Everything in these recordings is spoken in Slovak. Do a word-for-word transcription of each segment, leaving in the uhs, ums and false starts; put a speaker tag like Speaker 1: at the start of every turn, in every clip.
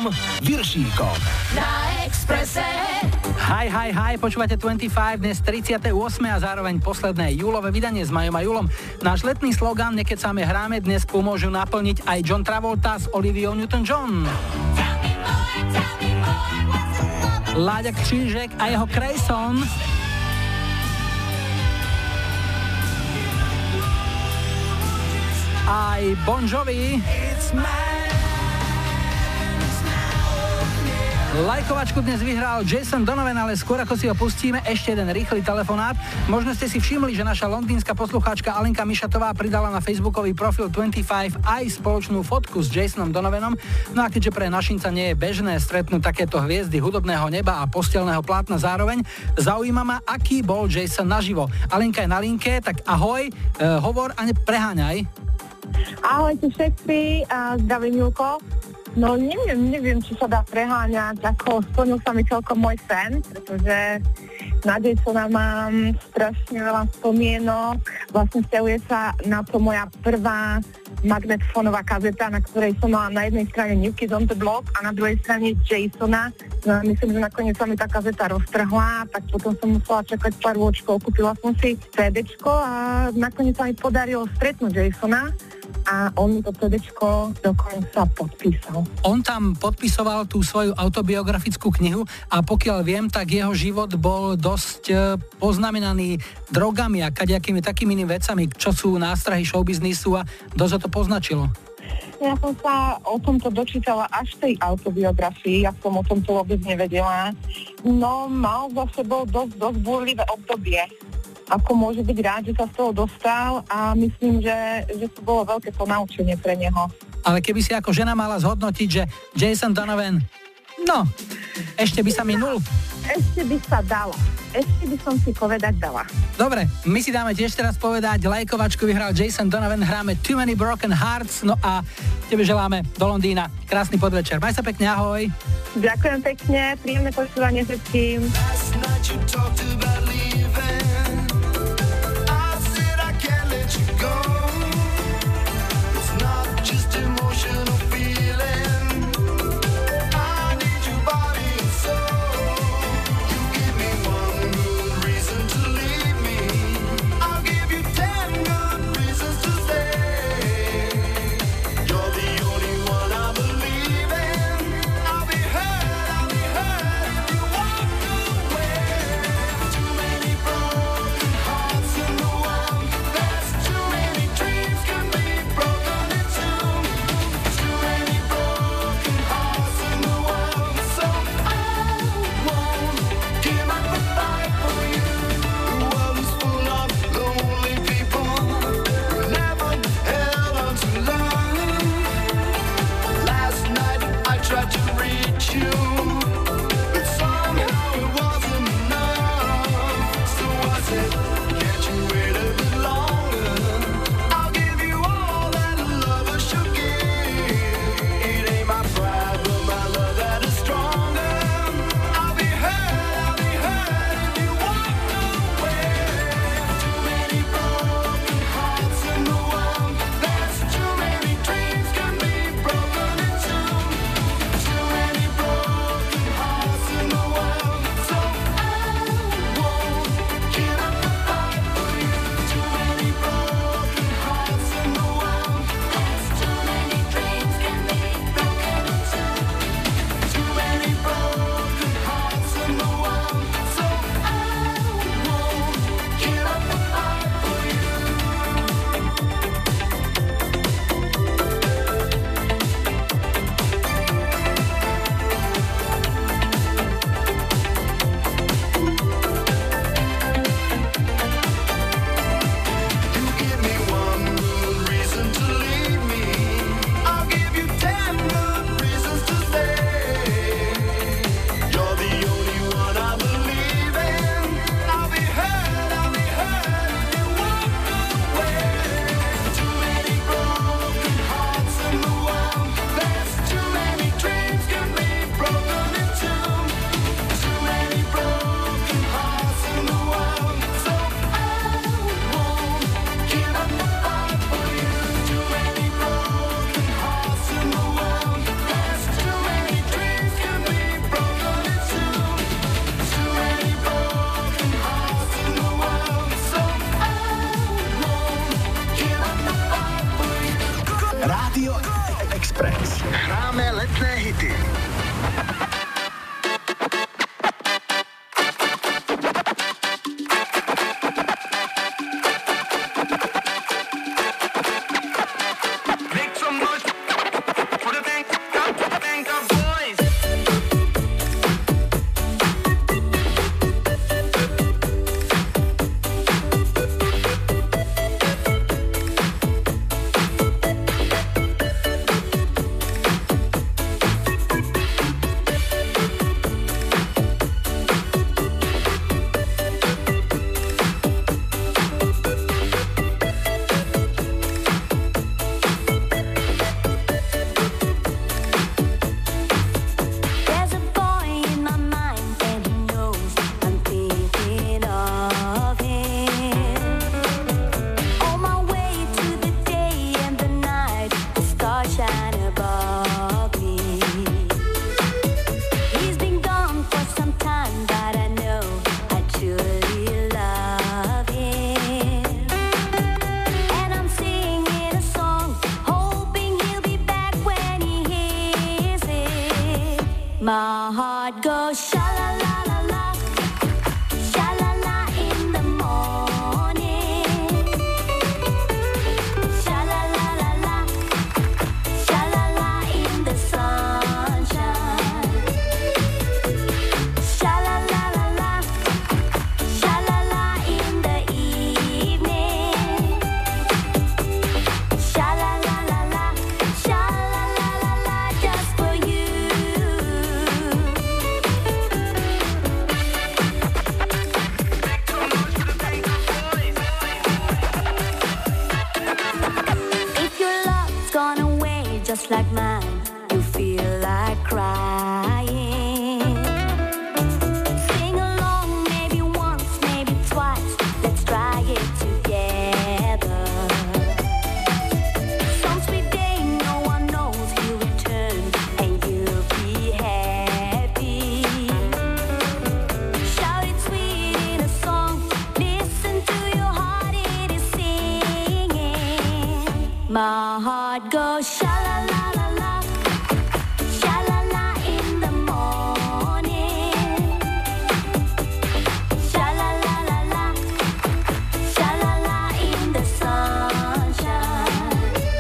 Speaker 1: Majom Viršíkom.
Speaker 2: Na Expresse.
Speaker 3: Hi, hi, hi, počúvate dvadsaťpäť, dnes tridsiate ôsme a zároveň posledné júlové vydanie s Majom a Julom. Náš letný slogán Nekecáme hráme dnes pomôžu naplniť aj John Travolta s Oliviou Newton-John. Láďa Křížek a jeho Grayson. Aj Bon Jovi. Lajkovačku dnes vyhral Jason Donovan, ale skôr ako si ho pustíme, ešte jeden rýchly telefonát. Možno ste si všimli, že naša londýnska poslucháčka Alenka Mišatová pridala na facebookový profil dvadsaťpäť aj spoločnú fotku s Jasonom Donovanom. No a keďže pre našinca nie je bežné stretnúť takéto hviezdy hudobného neba a postelného plátna zároveň, zaujíma ma, aký bol Jason naživo. Alenka je na linke, tak ahoj, e, hovor a nepreháňaj.
Speaker 4: Ahojte všetci, a zdravím Julko. No neviem, neviem, či sa dá preháňať, ako splnil sa mi celkom môj sen, pretože na Jasona mám strašne veľa spomienok. Vlastne vzťahuje sa na to moja prvá magnetofónová kazeta, na ktorej som mala na jednej strane New Kids on the Block a na druhej strane Jasona. No myslím, že nakoniec sa mi tá kazeta roztrhla, tak potom som musela čakať pár rôčkov. Kúpila som si CDčko a nakoniec sa mi podarilo stretnúť Jasona. A on mi to CDčko dokonca podpísal.
Speaker 3: On tam podpisoval tú svoju autobiografickú knihu a pokiaľ viem, tak jeho život bol dosť poznamenaný drogami a kadejakými takými inými vecami, čo sú nástrahy showbiznisu a dosť ho to poznačilo.
Speaker 4: Ja som sa o tomto dočítala až v tej autobiografii, ja som o tomto vôbec nevedela. No, mal za sebou dosť, dosť búrlivé obdobie. Ako môže byť rád, že sa z toho dostal a myslím, že, že to bolo veľké ponaučenie pre neho.
Speaker 3: Ale keby si ako žena mala zhodnotiť, že Jason Donovan, no, ešte by sa minul.
Speaker 4: Ešte by sa dala. Ešte by som si povedať dala.
Speaker 3: Dobre, my si dáme tiež teraz povedať, lajkovačku vyhral Jason Donovan, hráme Too Many Broken Hearts, no a tebe želáme do Londýna krásny podvečer. Maj sa pekne, ahoj.
Speaker 4: Ďakujem pekne, príjemné počúvanie všetkým.
Speaker 2: Away.
Speaker 1: heart goes sha la la la la, sha la la in the morning, sha la la la la, sha la la in the sunshine,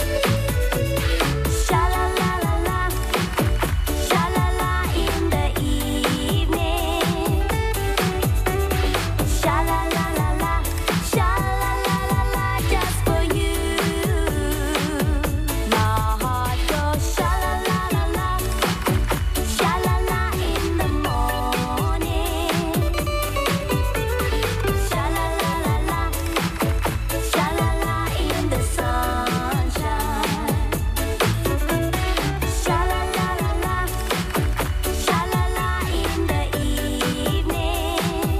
Speaker 1: sha la la la la, sha la la in the evening, sha la la la la, sha la la la la, just for you. My heart goes sha la la la la, sha la la in the morning, sha la la la la, sha la la in the sunshine, sha la la la la, sha la la in the evening,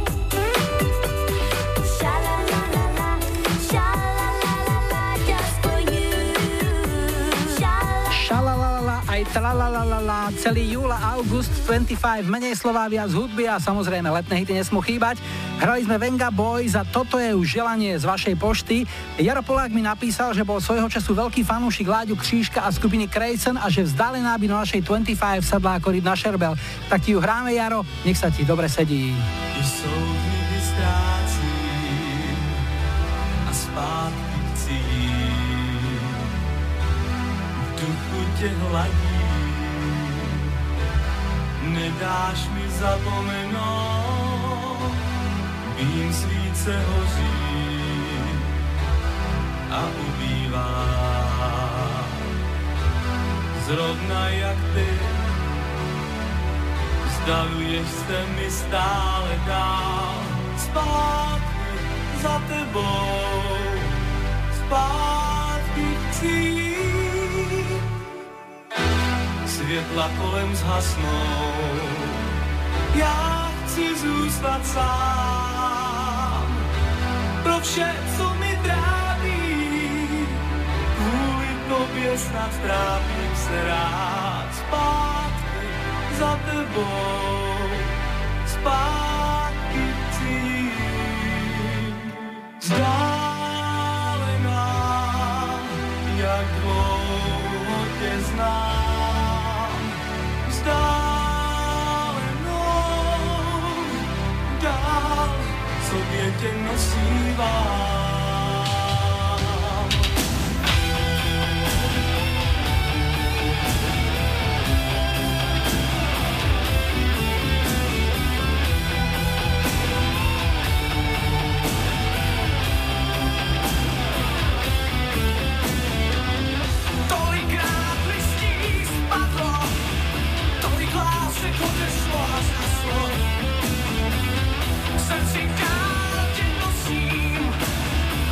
Speaker 1: sha la la la la, sha la la la la, just for you. Sha la
Speaker 3: Šalalalala, aj tralalalala, celý júl a august dvadsaťpäť, menej slová, viac hudby a samozrejme letné hity nesmú chýbať. Hrali sme Venga Boys a toto je už želanie z vašej pošty. Jaro Polák mi napísal, že bol svojho času veľký fanúšik Láďu Křížka a skupiny Krejcen a že vzdálená by na našej dvadsaťpäť sadla ako ryb na šerbel. Tak ti ju hráme, Jaro, nech sa ti dobre sedí.
Speaker 2: Jsou dny, kdy ztrácím a zpátky chcím, v duchu tě hladím, nedáš mi zapomenout, vím, svíce hoří a ubývá, zrovna jak ty. Vzdaluješ se mi stále dál, zpátky za tebou, zpátky chci. Světla kolem zhasnou, já chci zůstat sám, pro vše, co mi trápí, kvůli tobě snad trápím se rád, zpátky za tebou, zpátky chci. Vzdálená, jak dlouho tě znám, vzdálenou, dál sobě tě nosívám. Odešlo a zhaslo, v srdci dál tě nosím,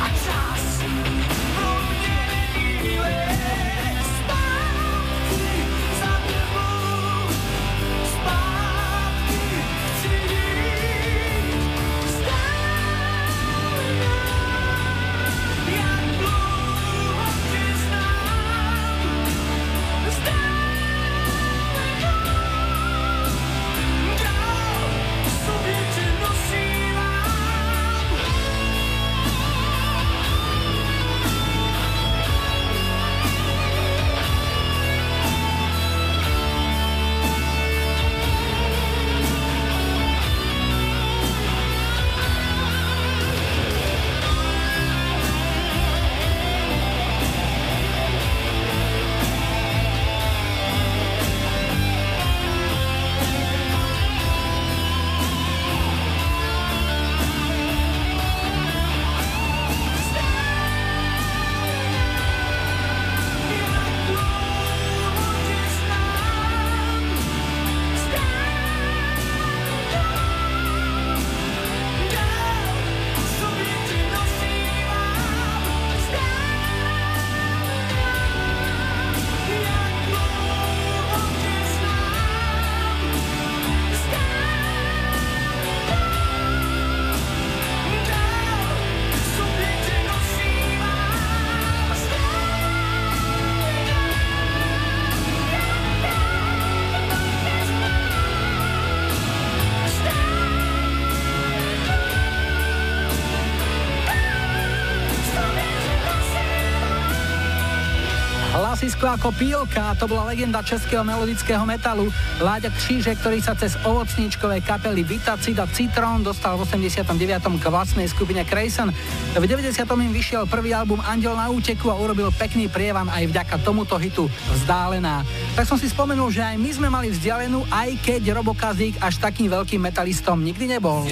Speaker 3: Francisco ako Pílka, to bola legenda českého melodického metalu. Láďa Kříže, ktorý sa cez ovocníčkové kapely Vitacid a Citron dostal v osemdesiatom deviatom k vlastnej skupine Krejsen. V deväťdesiatom im vyšiel prvý album Anděl na úteku a urobil pekný prievan aj vďaka tomuto hitu Vzdálená. Tak som si spomenul, že aj my sme mali vzdialenú, aj keď Robo Kazík až takým veľkým metalistom nikdy nebol.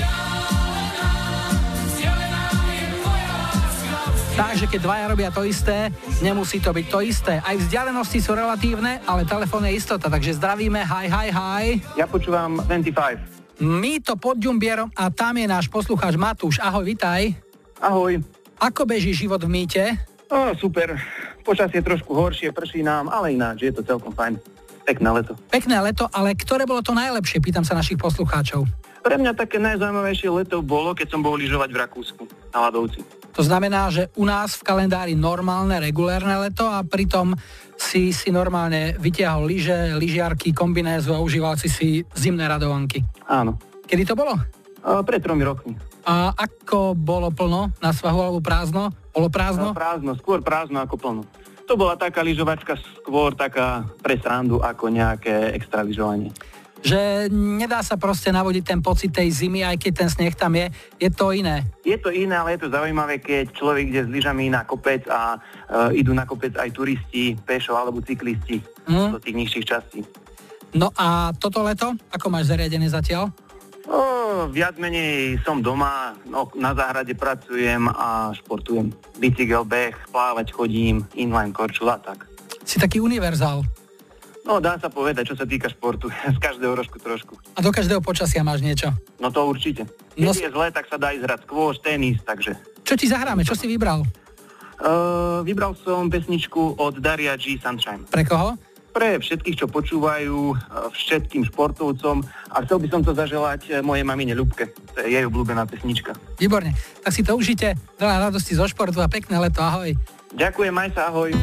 Speaker 3: Takže keď dvaja robia to isté, nemusí to byť to isté. Aj vzdialenosti sú relatívne, ale telefón je istota, takže zdravíme, hi, hi, hi.
Speaker 5: Ja počúvam dvadsaťpäť.
Speaker 3: Mýto pod Ďumbierom a tam je náš poslucháč Matúš. Ahoj, vitaj.
Speaker 5: Ahoj.
Speaker 3: Ako beží život v Mýte?
Speaker 5: Ó, super. Počasie trošku horšie, prší nám, ale ináč, je to celkom fajn. Pekné leto.
Speaker 3: Pekné leto, ale ktoré bolo to najlepšie, pýtam sa našich poslucháčov.
Speaker 5: Pre mňa také najzaujímavejšie leto bolo, keď som bol lyžovať v Rakúsku, na ľadovci.
Speaker 3: To znamená, že u nás v kalendári normálne, regulérne leto a pritom si si normálne vytiahol lyže, lyžiarky, kombinézu a užíval si si zimné radovanky.
Speaker 5: Áno.
Speaker 3: Kedy to bolo?
Speaker 5: A pred tromi rokmi.
Speaker 3: A ako bolo plno na svahu alebo prázdno? Bolo prázdno?
Speaker 5: A prázdno, skôr prázdno ako plno. To bola taká lyžovačka skôr taká pre srandu ako nejaké extra lyžovanie.
Speaker 3: Že nedá sa proste navodiť ten pocit tej zimy, aj keď ten sneh tam je, je to iné.
Speaker 5: Je to iné, ale je to zaujímavé, keď človek ide s lyžami na kopec a e, idú na kopec aj turisti, pešo alebo cyklisti mm. do tých nižších častí.
Speaker 3: No a toto leto, ako máš zariadené zatiaľ?
Speaker 5: O, viac menej som doma, no, na záhrade pracujem a športujem. Bicykel, beh, plávať chodím, inline korčula, tak.
Speaker 3: Si taký univerzál.
Speaker 5: No, dá sa povedať, čo sa týka športu. Z každého rožku trošku.
Speaker 3: A do každého počasia máš niečo?
Speaker 5: No to určite. Keď
Speaker 3: No...
Speaker 5: je zle, tak sa dá ísť hrať skôš, tenis, takže...
Speaker 3: Čo ti zahráme? Čo si vybral?
Speaker 5: Uh, vybral som pesničku od Daria G. Sunshine.
Speaker 3: Pre koho?
Speaker 5: Pre všetkých, čo počúvajú, uh, všetkým športovcom a chcel by som to zaželať mojej mamine Ľubke. To je jej obľúbená pesnička.
Speaker 3: Výborne. Tak si to užite. Veľa radosti zo športu a pekné leto. Ahoj.
Speaker 5: Ďakujem, maj sa, ahoj.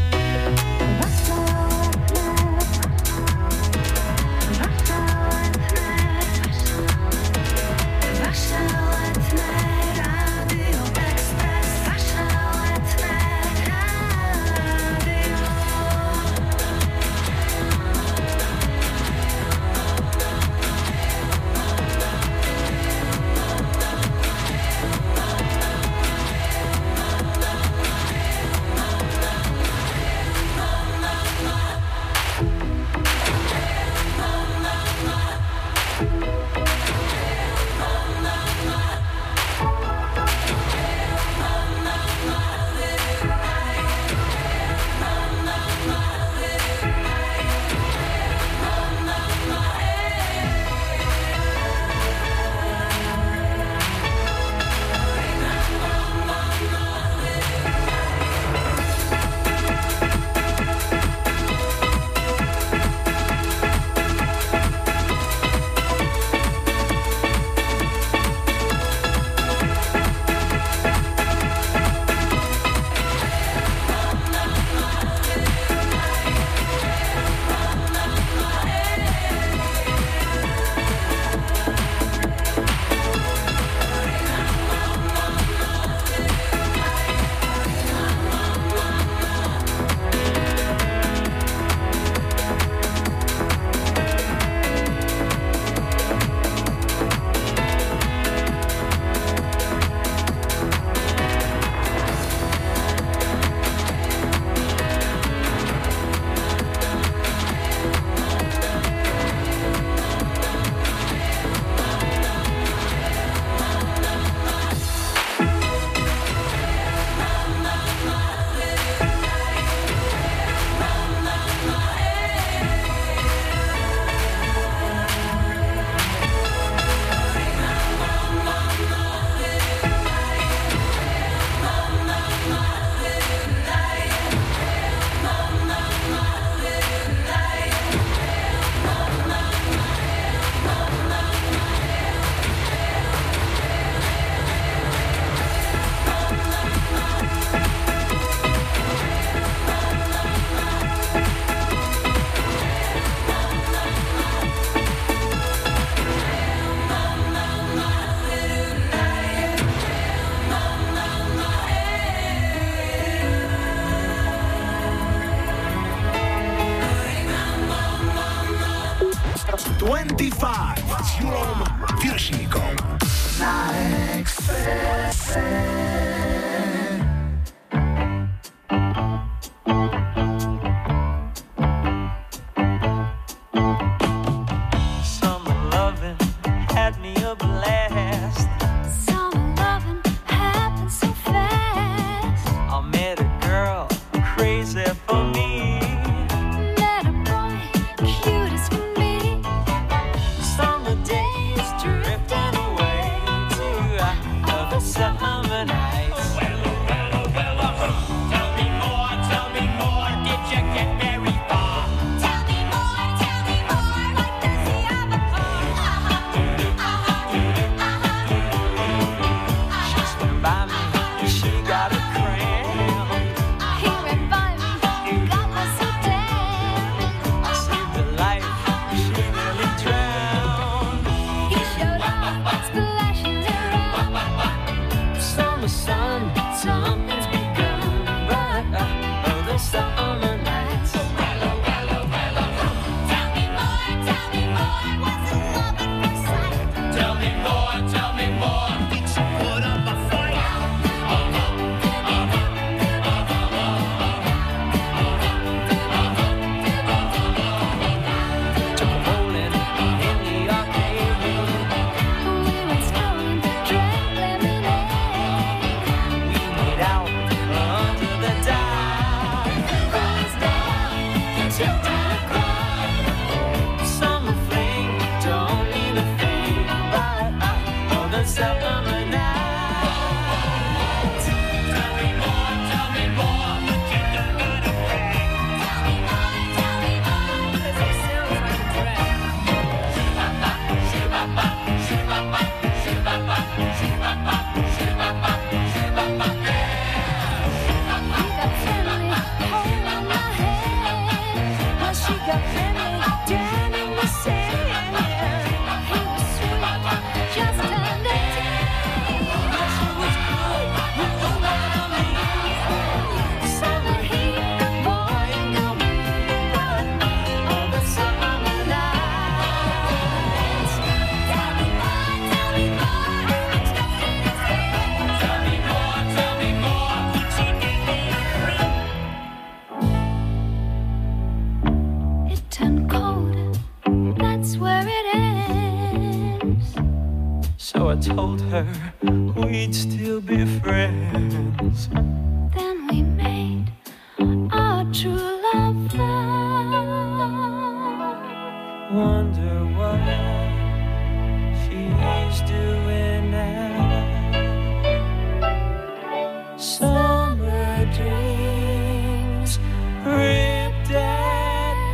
Speaker 2: summer sun, something's begun. But oh, the summer nights.
Speaker 1: Tell me more, tell me more, what's love at first sight?
Speaker 2: Tell me more, tell me more. Did you put up a fight? Took a bowling in the arcade room.
Speaker 1: We went strolling, drank lemonade.
Speaker 2: We made out under the dark.
Speaker 1: Closed down, children cry.
Speaker 2: Summer fling, don't mean a thing, but oh, the summer night. Tell me more, tell me more, but you're not gonna brag.
Speaker 1: Tell me more, tell me more, 'cause it sounds like a drag. He got friendly, holding my hand, while she got friendly, down in the sand. He was sweet, just under ten. She was good, you know what I mean. Summer heat, the boy and girl meet, all the summer nights. Tell me more, tell me more, I'm stuck in his head.
Speaker 2: Tell me more, tell me more, would you give me a ring?
Speaker 1: It turned cold, that's where it ends.
Speaker 2: So I told her we'd still be friends.
Speaker 1: Then we made our true love vow.
Speaker 2: Wonder what she's doing now. Summer dreams ripped at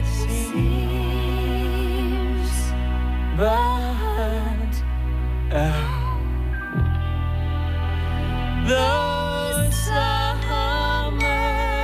Speaker 2: seams, but oh, the summer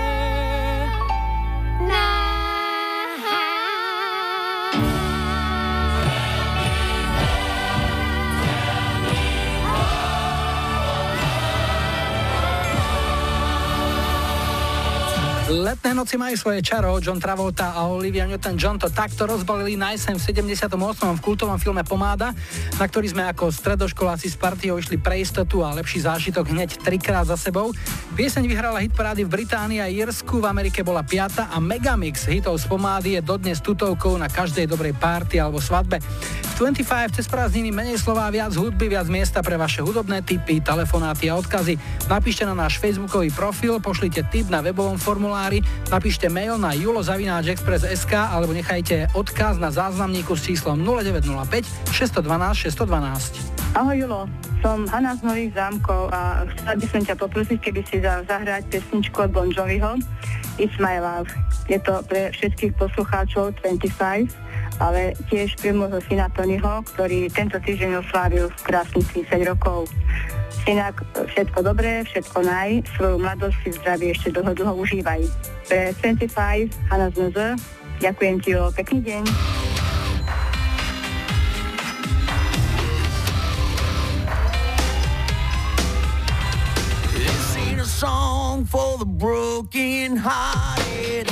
Speaker 3: Letné noci majú svoje čaro. John Travolta a Olivia Newton-John to takto rozbalili na jeseň v sedemdesiatom ôsmom v kultovom filme Pomáda, na ktorý sme ako stredoškoláci s partiou išli pre istotu a lepší zážitok hneď trikrát za sebou. Pieseň vyhrala hitparády v Británii a Írsku, v Amerike bola piata a Megamix hitov z Pomády je dodnes tutovkou na každej dobrej party alebo svadbe. V dvadsaťpäť cez prázdniny menej slová, viac hudby, viac miesta pre vaše hudobné tipy, telefonáty a odkazy. Napíšte na náš facebookový profil, pošlite tip na webovom formulári, napíšte mail na julo zavináč express bodka es ká alebo nechajte odkaz na záznamníku s číslom nula deväť nula päť šesť jedna dva šesť jedna dva.
Speaker 4: Ahoj Julo, som Hanna z Nových Zámkov a chcela by som ťa poprosiť, keby si dal zahrať pesničku od Bon Joviho It's My Love. Je to pre všetkých poslucháčov dvadsaťpäť, ale tiež pre môjho syna Tonyho, ktorý tento týždeň oslávil krásnych tridsať rokov. Synak, všetko dobré, všetko naj, svoju mladosť si zdraví ešte dlho, dlho užívaj. Pre dvadsaťpäť, Hanna z en zet, ďakujem ti, Julo, pekný deň.
Speaker 2: A song for the broken hearted,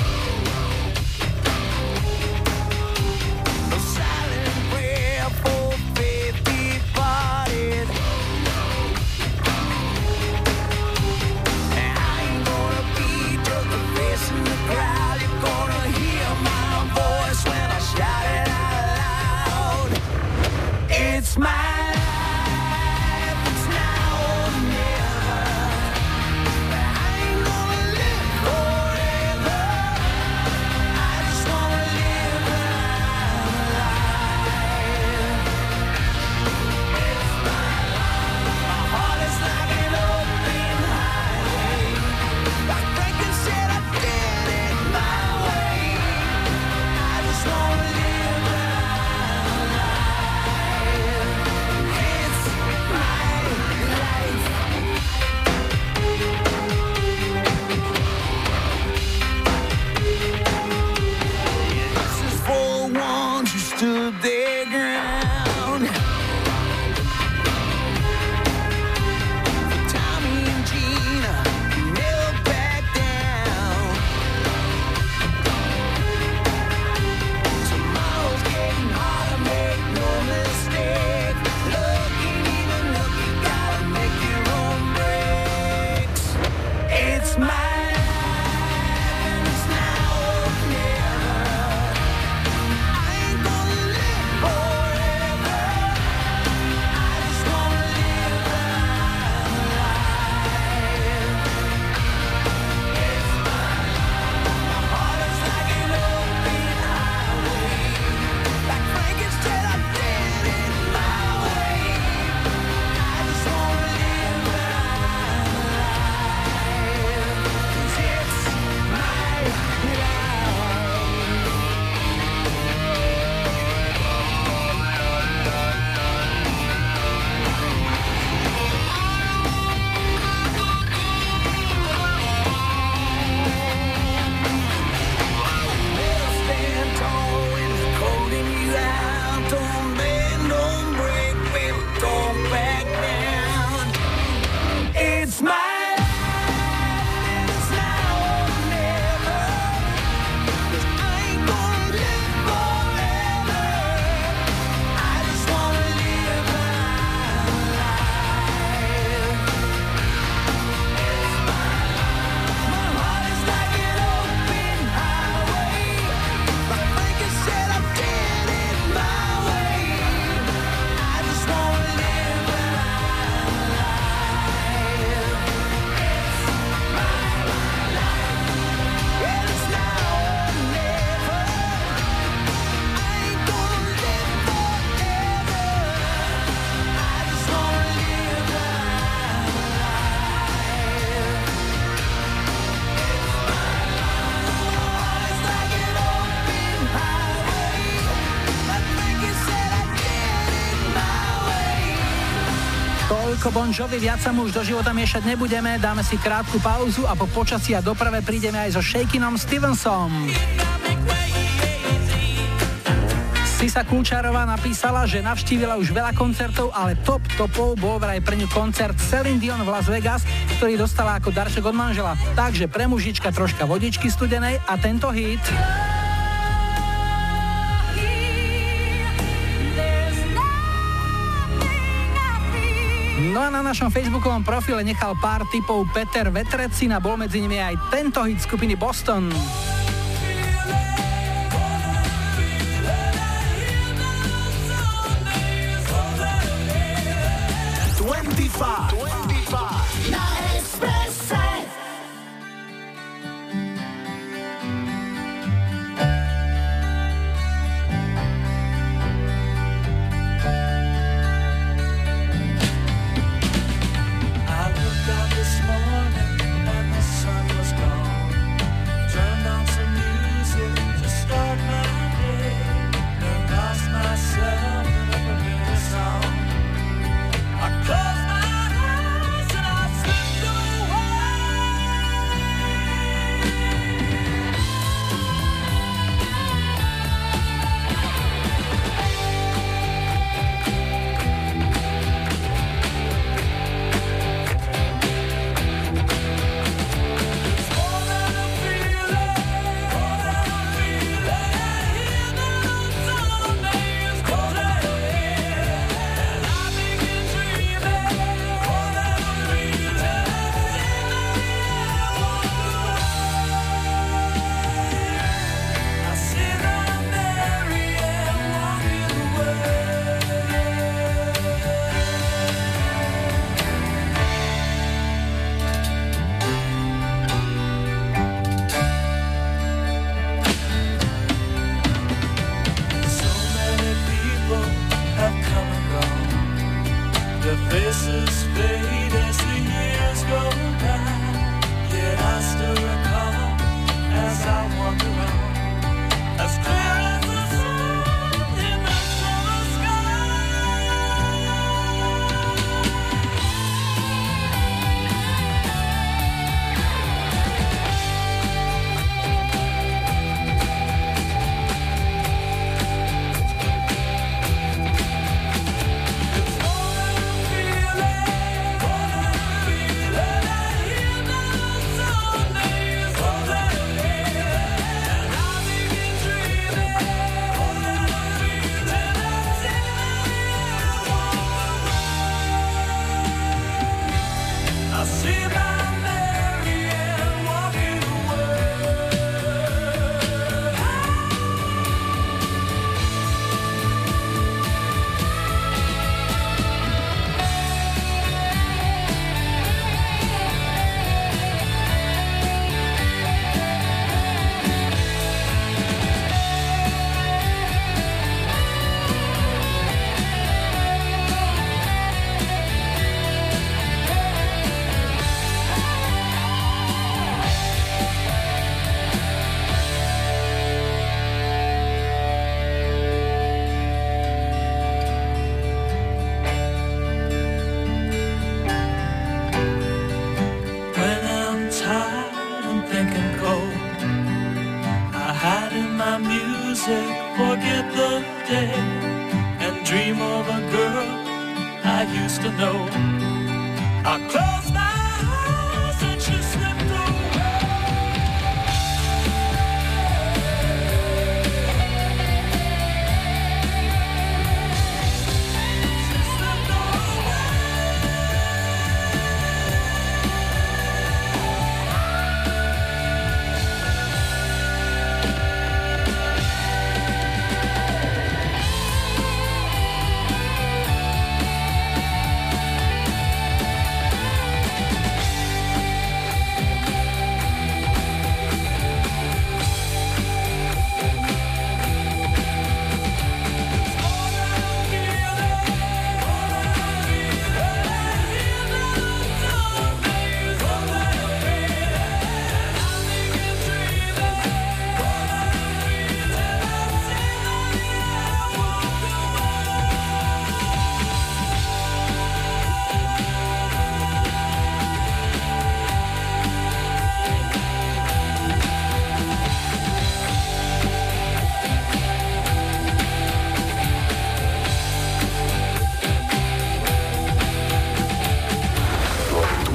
Speaker 2: a silent prayer for faith departed. And I ain't gonna be just a face in the crowd. You're gonna hear my voice when I shout it out loud. It's my forever.
Speaker 3: ako Bon Jovi, viac sa mu už do života miešať nebudeme, dáme si krátku pauzu a po počasí a doprave prídeme aj so Shakinom Stevensom. Sisa Kulčárová napísala, že navštívila už veľa koncertov, ale top topov bol vraj pre ňu koncert Celine Dion v Las Vegas, ktorý dostala ako darček od manžela. Takže pre mužička troška vodičky studenej a tento hit. No a na našom facebookovom profile nechal pár tipov Peter Vetrecina, bol medzi nimi aj tento hit skupiny Boston.
Speaker 2: dvadsaťpäť, dvadsaťpäť na Expresse.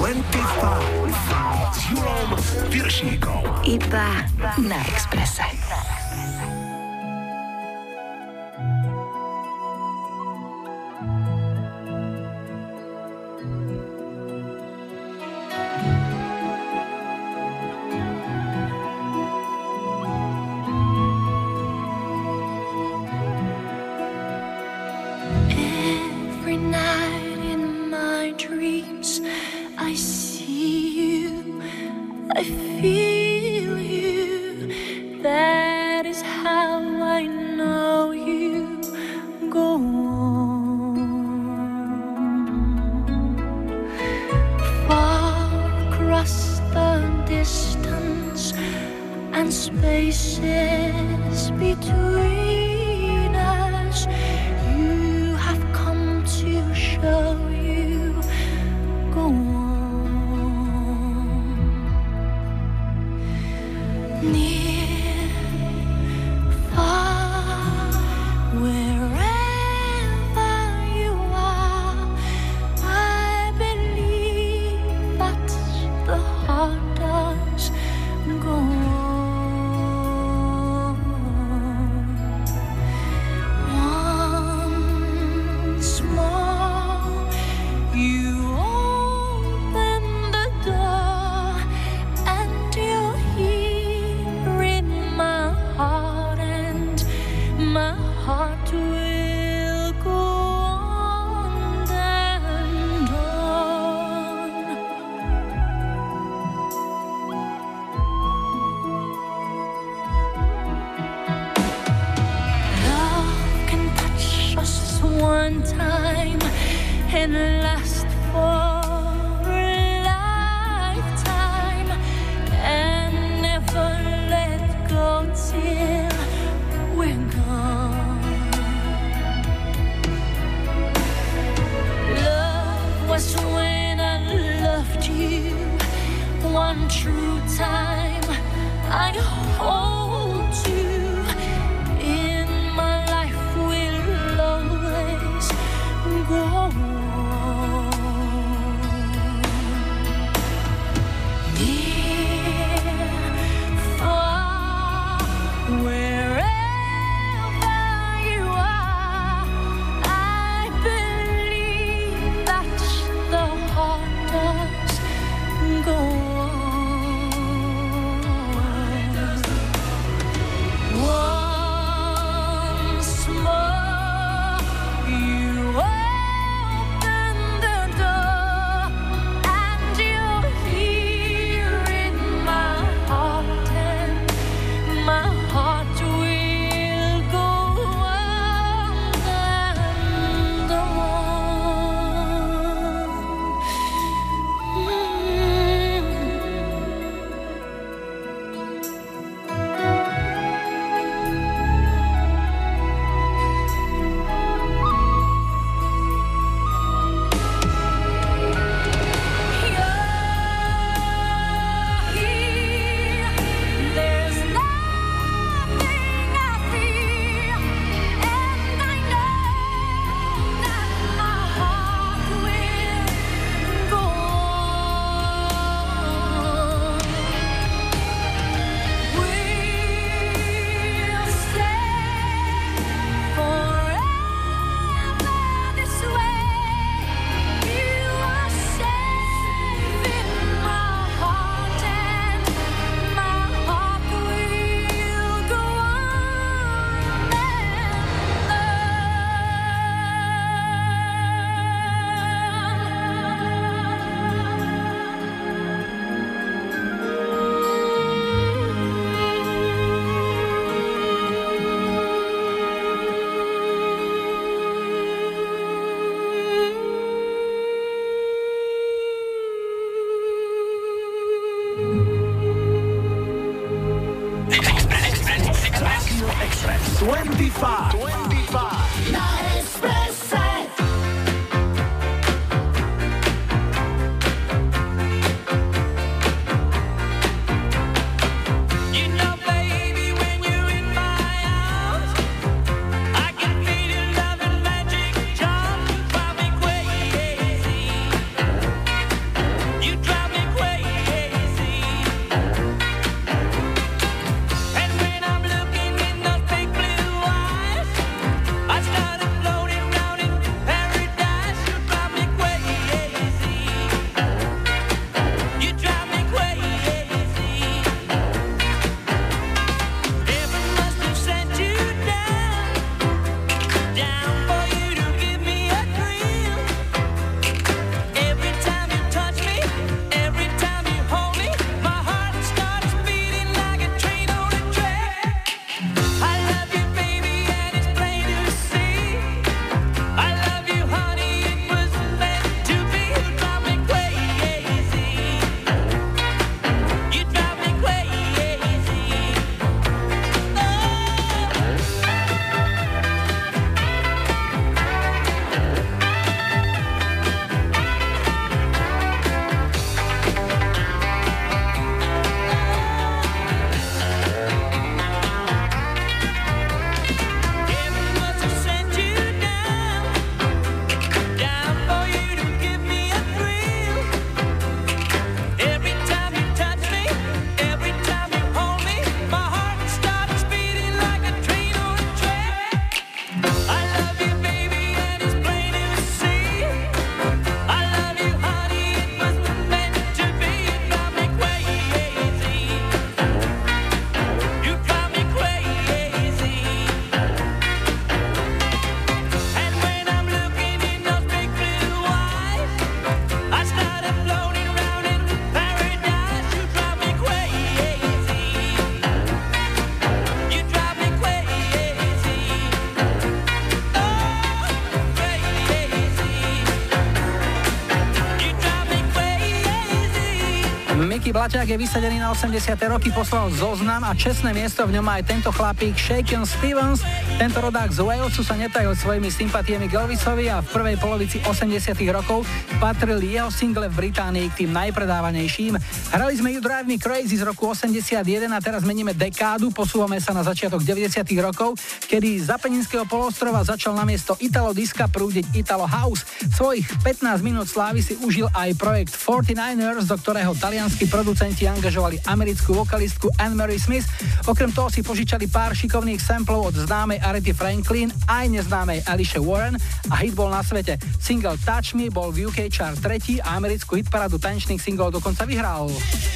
Speaker 6: dvadsaťpäť s Julom Piršíkom.
Speaker 7: Iba na Expresse.
Speaker 2: You
Speaker 3: Miky Blaťák je vysadený na osemdesiate roky, poslal zoznam a čestné miesto v ňom má aj tento chlapík Shaken Stevens. Tento rodák z Walesu sa netajil svojimi sympatiemi k Elvisovi a v prvej polovici osemdesiatych rokov patrili jeho single v Británii k tým najpredávanejším. Hrali sme You Drive Me Crazy z roku osemdesiatjeden a teraz meníme dekádu, posúvame sa na začiatok deväťdesiatych rokov, kedy z Apeninského poloostrova začal namiesto Italo Diska prúdiť Italo House. Svojich pätnásť minút slávy si užil aj projekt forty-niners, do ktorého talianskí producenti angažovali americkú vokalistku Anne-Marie Smith. Okrem toho si požičali pár šikovných samplov od známej Arethy Franklin aj neznámej Alicia Warren a hit bol na svete. Single Touch Me bol v ú ká chart tretí a americkú hitparádu tanečných singlov dokonca vyhral.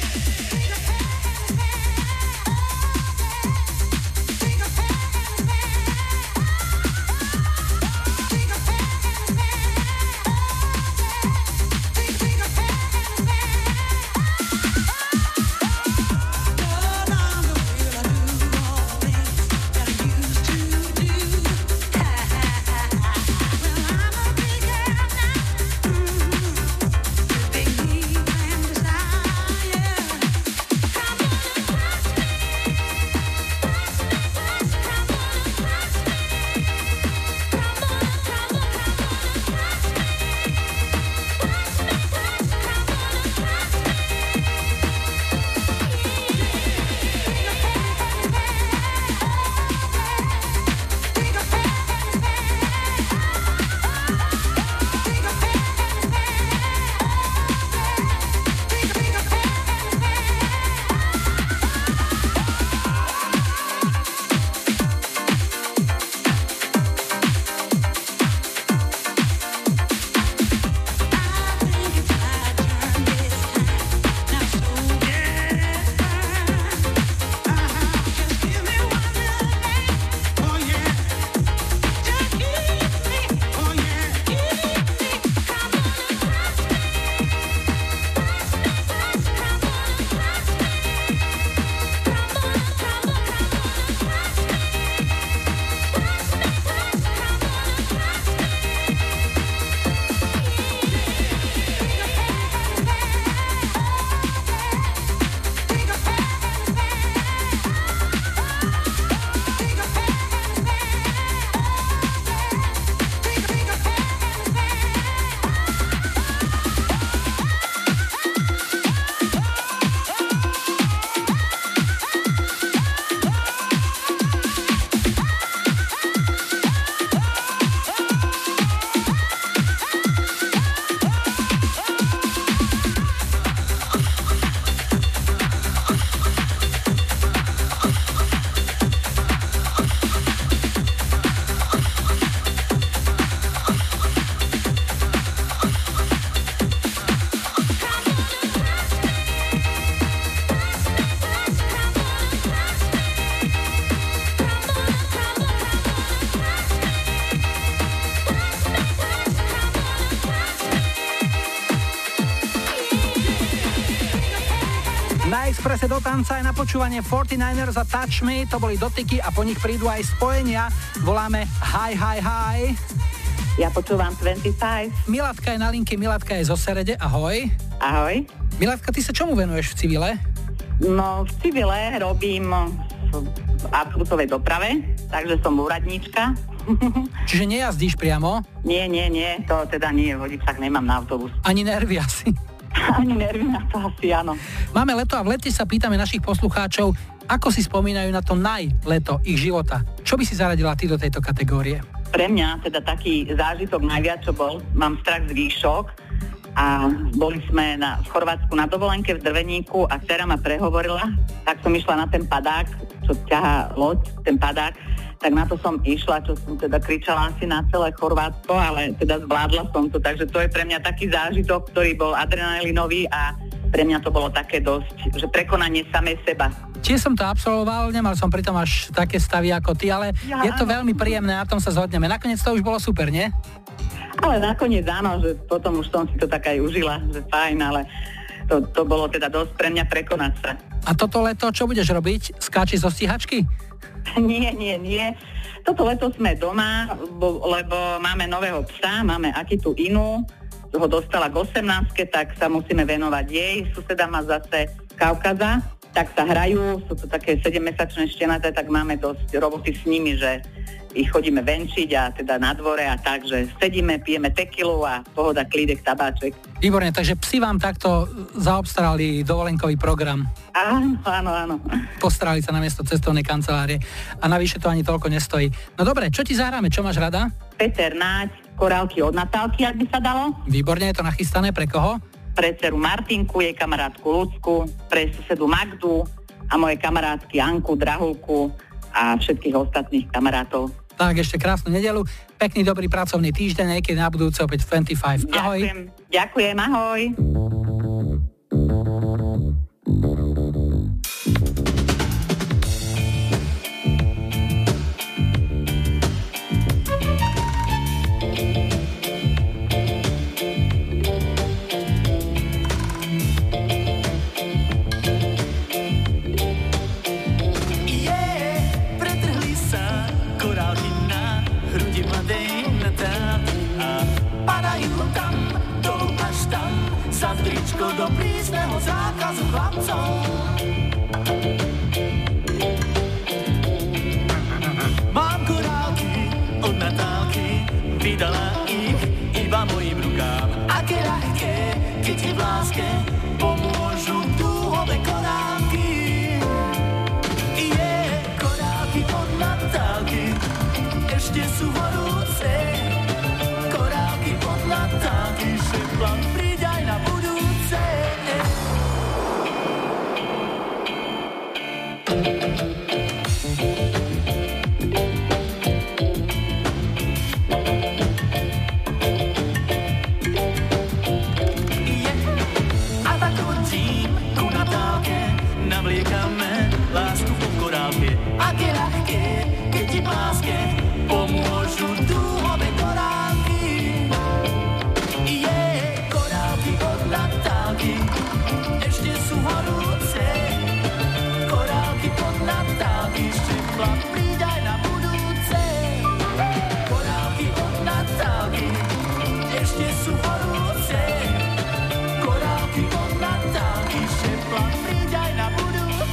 Speaker 3: Expresse do tanca aj na počúvanie forty-niners a Touch Me, to boli dotyky a po nich prídu aj spojenia. Voláme Hi, hi, hi.
Speaker 8: Ja počúvam dvadsaťpäť.
Speaker 3: Milatka je na linke, Milatka je zo Serede, ahoj.
Speaker 8: Ahoj.
Speaker 3: Milatka, ty sa čomu venuješ v civile?
Speaker 8: No, v civile robím v autobusovej doprave, takže som úradníčka.
Speaker 3: Čiže nejazdíš priamo?
Speaker 8: Nie, nie, nie, to teda nie, vodičák nemám na autobus.
Speaker 3: Ani nervy asi?
Speaker 8: Ani nervy na to asi, áno.
Speaker 3: Máme leto a v lete sa pýtame našich poslucháčov, ako si spomínajú na to najleto ich života. Čo by si zaradila ty do tejto kategórie?
Speaker 8: Pre mňa teda taký zážitok najviac, čo bol, mám strach z výšok a boli sme na, v Chorvátsku na dovolenke v Drveníku a dcera ma prehovorila, tak som išla na ten padák, čo ťahá loď, ten padák, tak na to som išla, čo som teda kričala asi na celé Chorvátsko, ale teda zvládla som to, takže to je pre mňa taký zážitok, ktorý bol adrenalinový a pre mňa to bolo také dosť, že prekonanie samej seba.
Speaker 3: Tiež som to absolvoval, nemal som pritom až také stavy ako ty, ale ja, je to áno. Veľmi príjemné, na tom sa zhodneme. Nakoniec to už bolo super, nie?
Speaker 8: Ale nakoniec áno, že potom už som si to tak aj užila, že fajn, ale to, to bolo teda dosť pre mňa prekonať sa.
Speaker 3: A toto leto čo budeš robiť? Skáči zo stíhačky?
Speaker 8: Nie, nie, nie. Toto leto sme doma, bo, lebo máme nového psa, máme Akitu Inu ho dostala k osemnástke, tak sa musíme venovať jej. Suseda má zase Kaukaza, tak sa hrajú, sú to také sedemmesačné štenaté, tak máme dosť roboty s nimi, že ich chodíme venčiť a teda na dvore a tak, že sedíme, pijeme tekilu a pohoda, klídek, tabáček.
Speaker 3: Výborne, takže psi vám takto zaobstarali dovolenkový program.
Speaker 8: Áno, áno, áno.
Speaker 3: Postarali sa na miesto cestovnej kancelárie a navyše to ani toľko nestojí. No dobre, čo ti zahráme, čo máš rada?
Speaker 8: Peter Náď, Korálky od Natálky, ak by sa dalo.
Speaker 3: Výborne, je to nachystané, pre koho?
Speaker 8: Pre dceru Martinku, jej kamarátku Lucku, pre susedu Magdu a moje kamarátky Anku, Drahulku a všetkých ostatných kamarátov.
Speaker 3: Tak, ešte krásnu nedeľu, pekný dobrý pracovný týždeň, niekedy na budúce opäť dvadsaťpäť. Ahoj.
Speaker 8: Ďakujem, ďakujem, ahoj.
Speaker 2: Do prísneho zákazu chlapcov. Mám korálky od Natálky, vydala ich iba mojim rukám. Aké ľahké, keď ti v láske pomôžu dúhové korálky. Je, korálky od Natálky, ešte sú horúce. Korálky od Natálky, šeplam, príď aj na budúce. Navliekame lásku po korálke. Aké ľahké, keď ti v láske pomôžu dúhové korálky. Je, korálky od Natálky, ešte sú horúce. Korálky od Natálky, šepla, príď aj na budúce. Korálky od Natálky, ešte sú horúce. Korálky od Natálky, šepla, príď aj na budúce.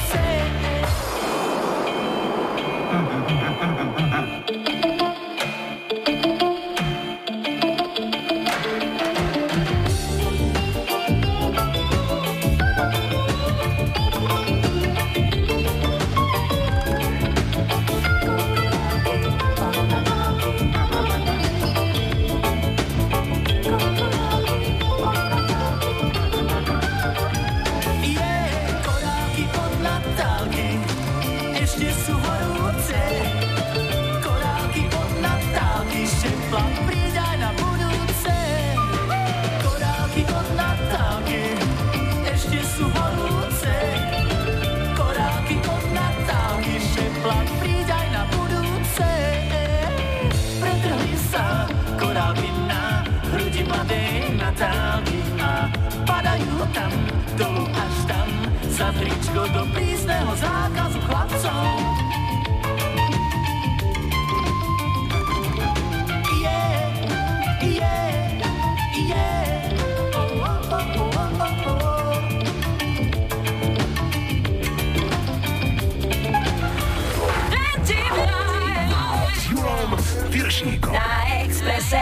Speaker 2: Tam, dolu až tam, za tričko do prísneho zákazu chlapcov. Yeah, yeah, yeah. Oh, oh, oh, oh, oh, oh.
Speaker 6: S Julom Piršíkom
Speaker 7: Na Expresse.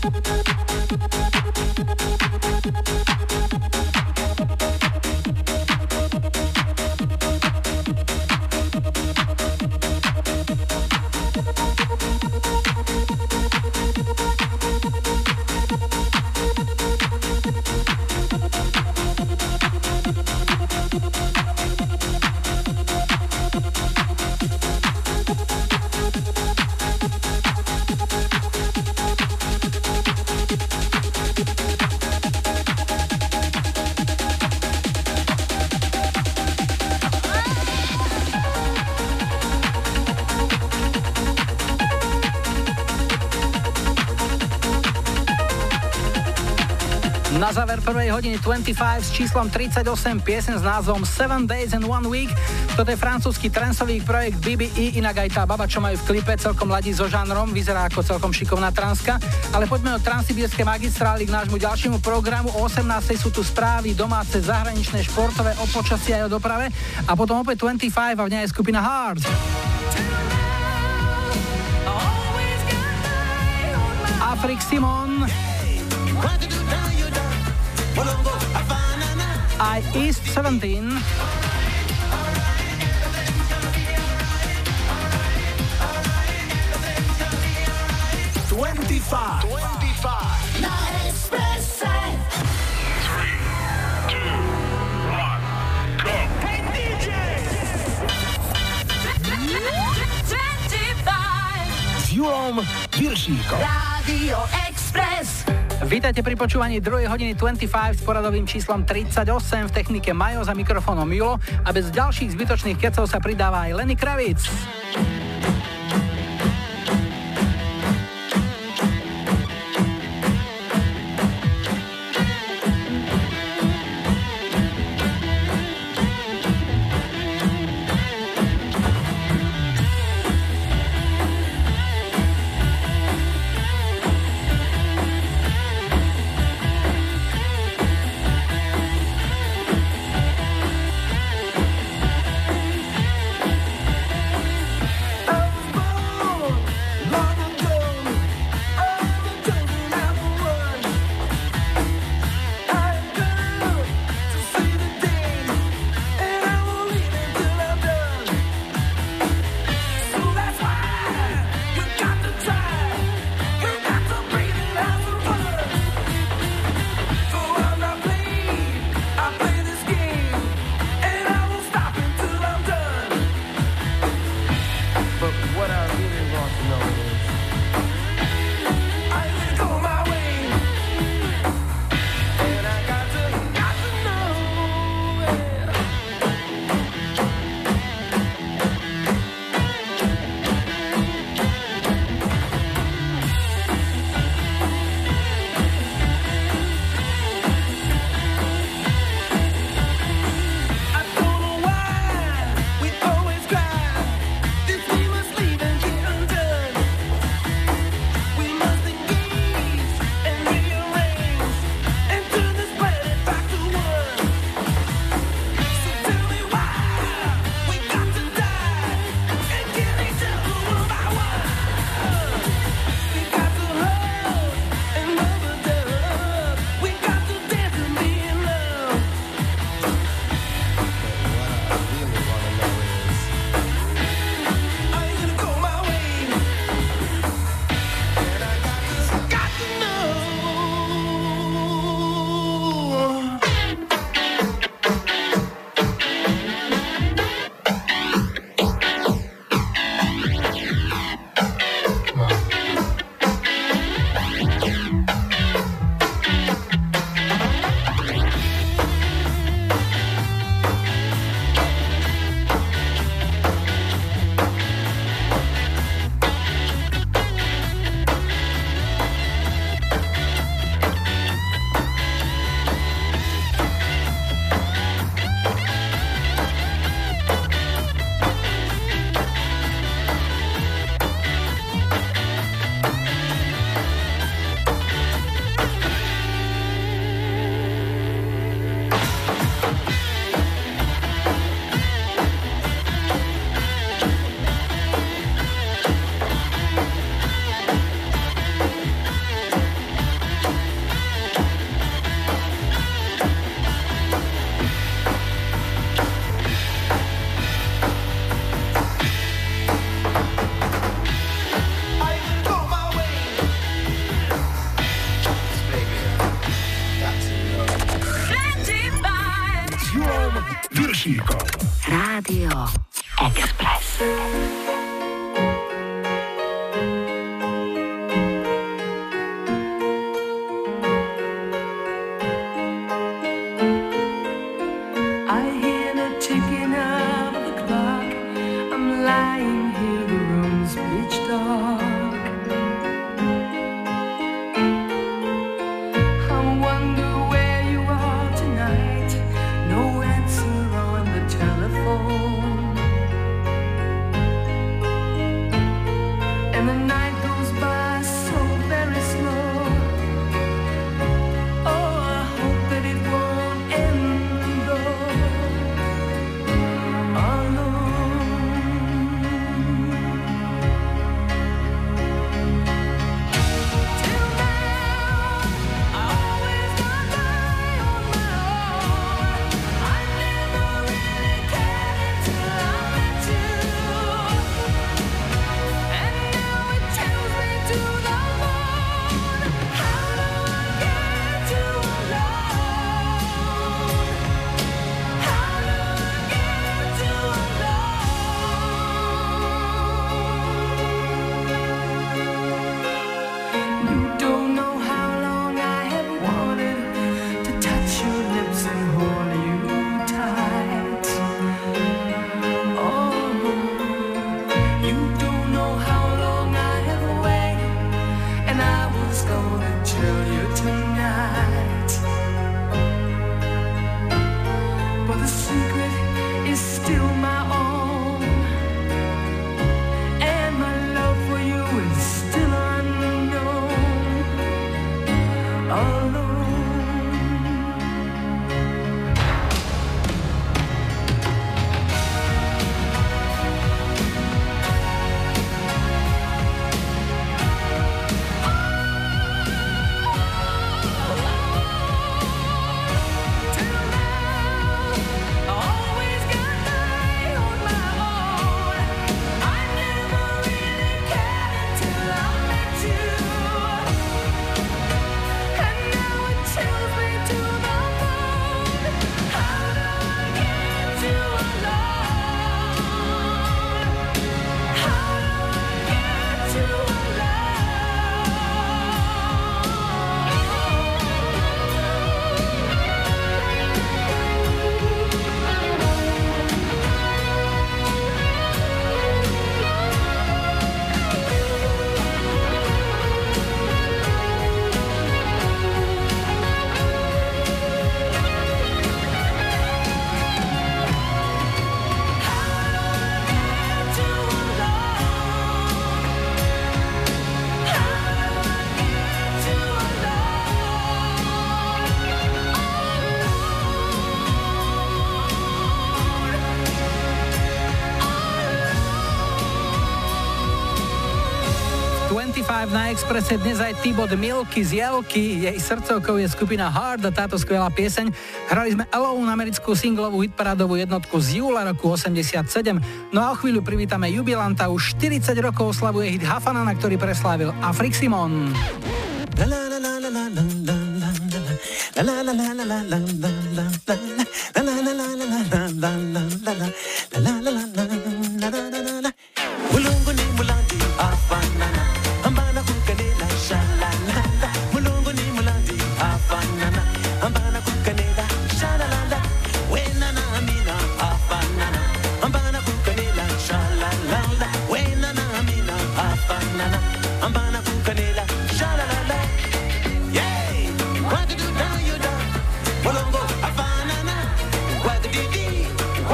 Speaker 3: Na záver prvej hodiny dvadsaťpäť s číslom tridsaťosem piesen s názvom Seven Days and One Week. Toto je francúzsky transový projekt bé bé é, inak aj tá baba, čo majú v klipe, celkom ladí so žánrom, vyzerá ako celkom šikovná transka. Ale poďme od transsibírskej magistrály k nášmu ďalšiemu programu. O osemnástej sú tu správy domáce, zahraničné, športové, o počasí aj o doprave. A potom opäť dvadsaťpäť a v nej je skupina Hard. Afrik Simon. Aj East sedemnásť.
Speaker 6: dvadsaťpäť. dvadsaťpäť.
Speaker 1: Na Expresse.
Speaker 6: tri, dva, jeden, go. Hey dý džej!
Speaker 1: dvadsaťpäť.
Speaker 6: S Julom Piršíkom.
Speaker 1: Rádio Express.
Speaker 3: Vítajte pri počúvaní druhej hodiny dvadsaťpäť s poradovým číslom tridsaťosem, v technike Majo, za mikrofónom Julo a bez ďalších zbytočných kecov sa pridáva aj Lenny Kravitz.
Speaker 6: Viršíkom.
Speaker 7: Rádio Express.
Speaker 3: dvadsaťpäť na Expresse dnes aj Tibot Milky z Jelky. Jej srdcovkou je skupina Hard a táto skvelá pieseň. Hrali sme Alone, americkú singlovú hitparádovú jednotku z júla roku osemdesiatsedem. No a o chvíľu privítame jubilanta. Už štyridsať rokov oslavuje hit Hafanana, ktorý preslávil Afrik Simon.
Speaker 9: Walongo, Havana, Wagadidi,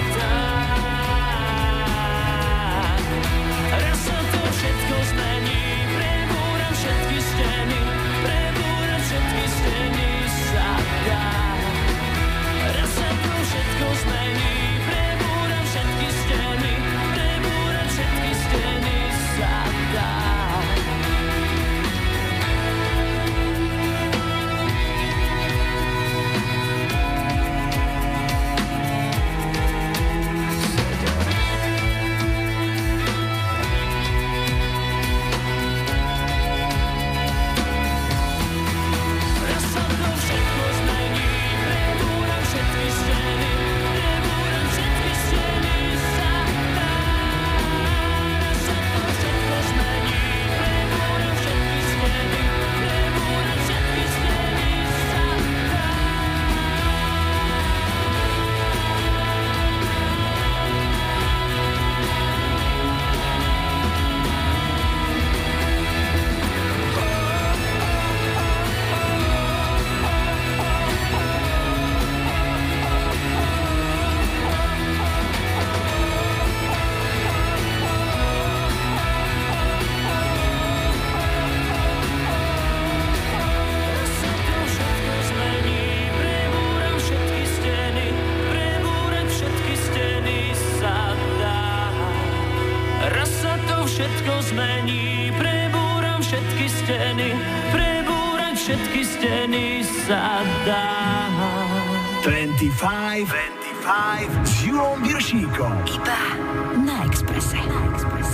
Speaker 2: všetky steny sa dá.
Speaker 6: dvadsaťpäť, dvadsaťpäť s Júlom Viršíkom.
Speaker 7: Iba na Expresse. Na Expresse.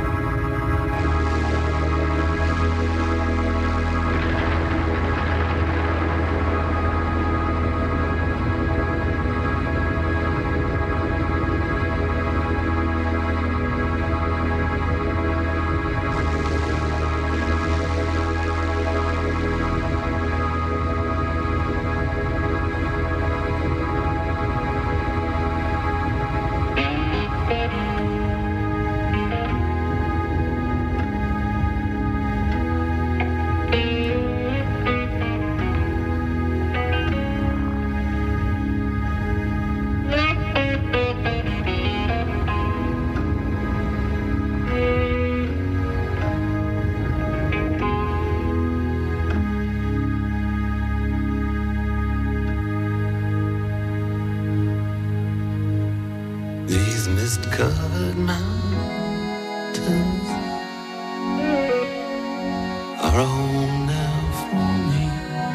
Speaker 9: Mist-covered mountains are a home now for me,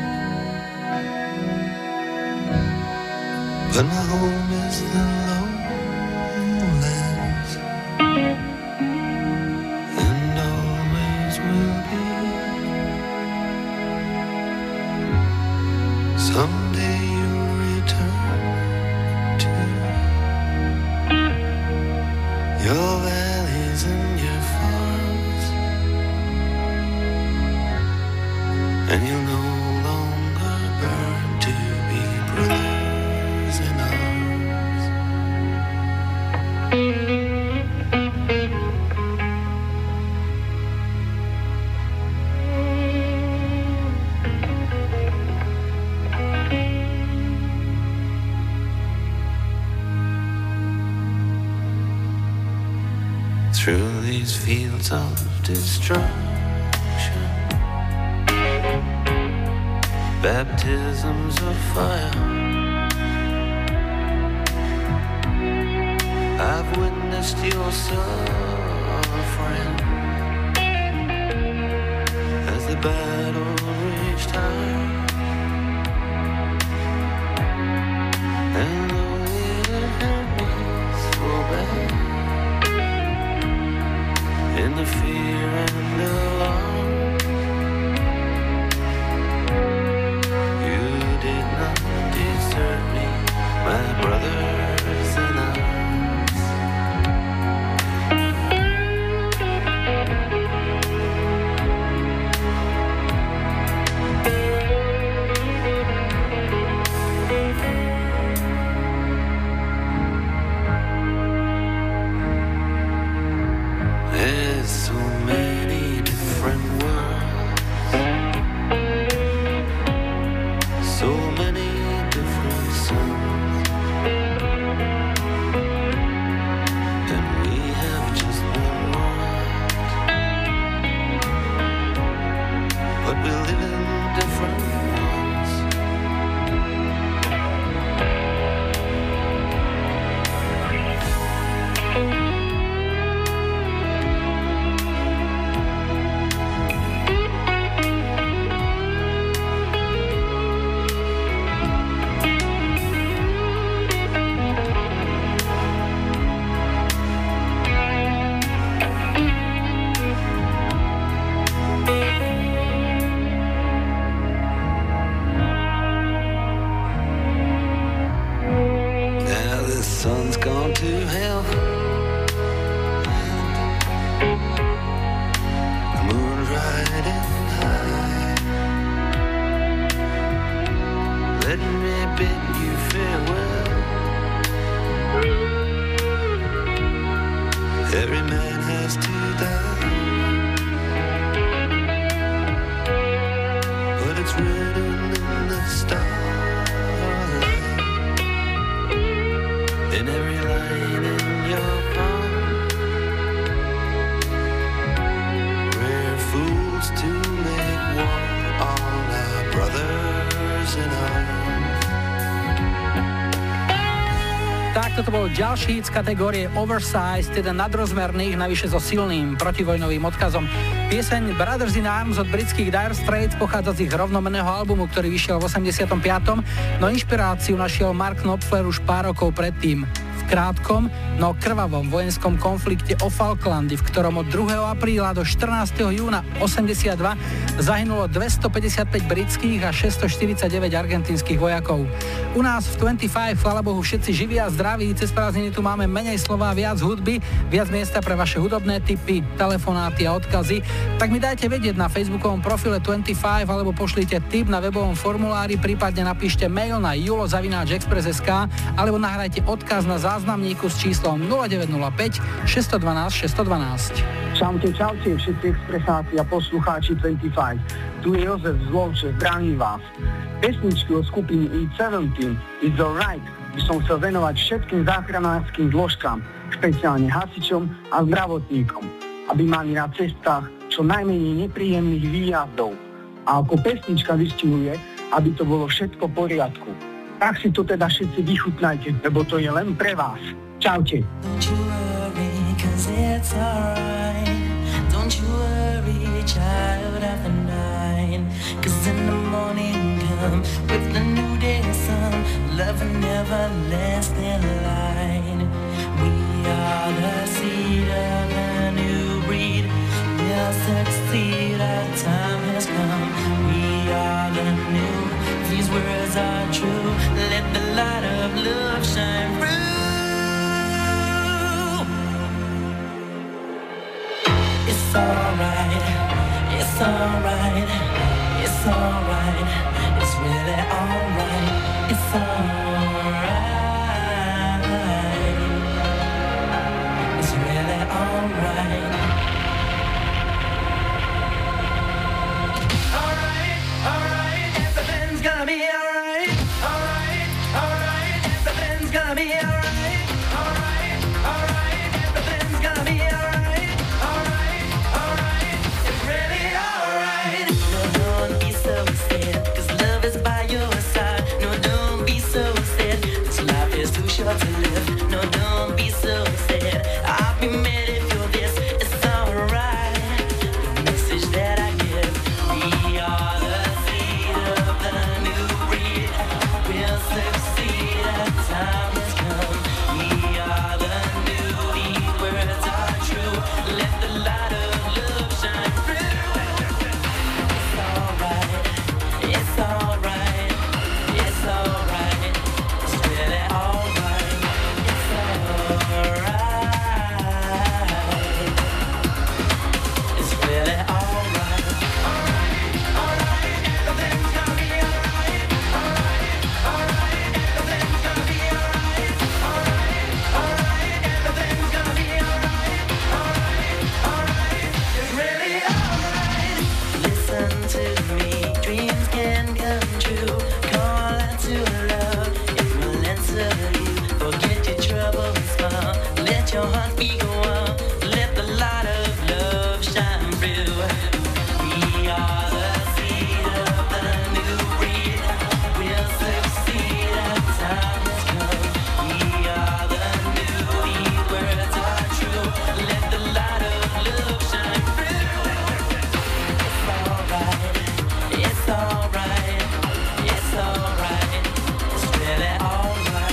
Speaker 9: but my home is the lowlands and always will be. Someday you'll return to your valleys and your farms, and you'll no longer burn to be brothers in arms. Through these fields of destruction, baptisms of fire, I've witnessed your suffering as the battle reached high, and though it hurt me so bad, in the fear and alarm, you did not desert me, my brothers in arms. There's so many different worlds, so many different suns, and we have just one world, but we live in different ones.
Speaker 3: Toto bol ďalší hit z kategórie Oversize, teda nadrozmerných, navyše so silným protivojnovým odkazom. Pieseň Brothers in Arms od britských Dire Straits pochádza z ich rovnomenného albumu, ktorý vyšiel v osemdesiatom piatom, no inšpiráciu našiel Mark Knopfler už pár rokov predtým. V krátkom, no krvavom vojenskom konflikte o Falklandy, v ktorom od druhého apríla do štrnásteho júna osemdesiatdva zahynulo dvestopäťdesiatpäť britských a šesťstoštyridsaťdeväť argentínskych vojakov. U nás v dvadsaťpäť, chvála Bohu, všetci živí a zdraví, cez prázdniny tu máme menej slova, viac hudby, viac miesta pre vaše hudobné tipy, telefonáty a odkazy. Tak mi dajte vedieť na facebookovom profile dvadsaťpäť alebo pošlite tip na webovom formulári, prípadne napíšte mail na julo zavináč express bodka es ká alebo nahrajte odkaz na záznamníku s číslom nula deväť nula päť šesť jedna dva šesť jedna dva.
Speaker 10: Čaute, čaute, všetci expresáci a poslucháči dvadsaťpäť. Tu je Jozef z Lovče, zdravím vás. Pesničky o skupine í sedemnásť It's Alright by som chcel venovať všetkým záchranárskym zložkám, špeciálne hasičom a zdravotníkom, aby mali na cestách čo najmenej nepríjemných výjazdov. A ako pesnička vystihuje, aby to bolo všetko v poriadku. Tak si to teda všetci vychutnajte, lebo to je len pre vás. Čaute.
Speaker 11: Don't you worry, cause it's alright. Don't you worry, child of the night. Cause in the morning come with the new day sun, love and everlasting light. We are the seed of a new breed. We'll succeed, our time has come. We are the new, these words are true. Let the light of love shine through. It's alright, it's alright, it's alright, it's really alright, it's alright, it's really alright. Alright, alright, everything's gonna be alright. Alright, alright, everything's gonna be alright. Alright, alright, everything's gonna be alright. Short to live, no, don't be so sad. I'll be mad if you're this, it's alright. The message that I give, we are the seed of the new breed. We'll succeed, our time has come. We are the new, these words are true. Let the light of love shine through. It's alright, it's alright, it's alright. It's really alright. Your heart beat go on, let the light of love shine through. We are the seed of the new breed. We'll succeed, our time has come. We are the new, these words are true. Let the light of love shine through. It's alright, it's alright, it's alright. It's really alright.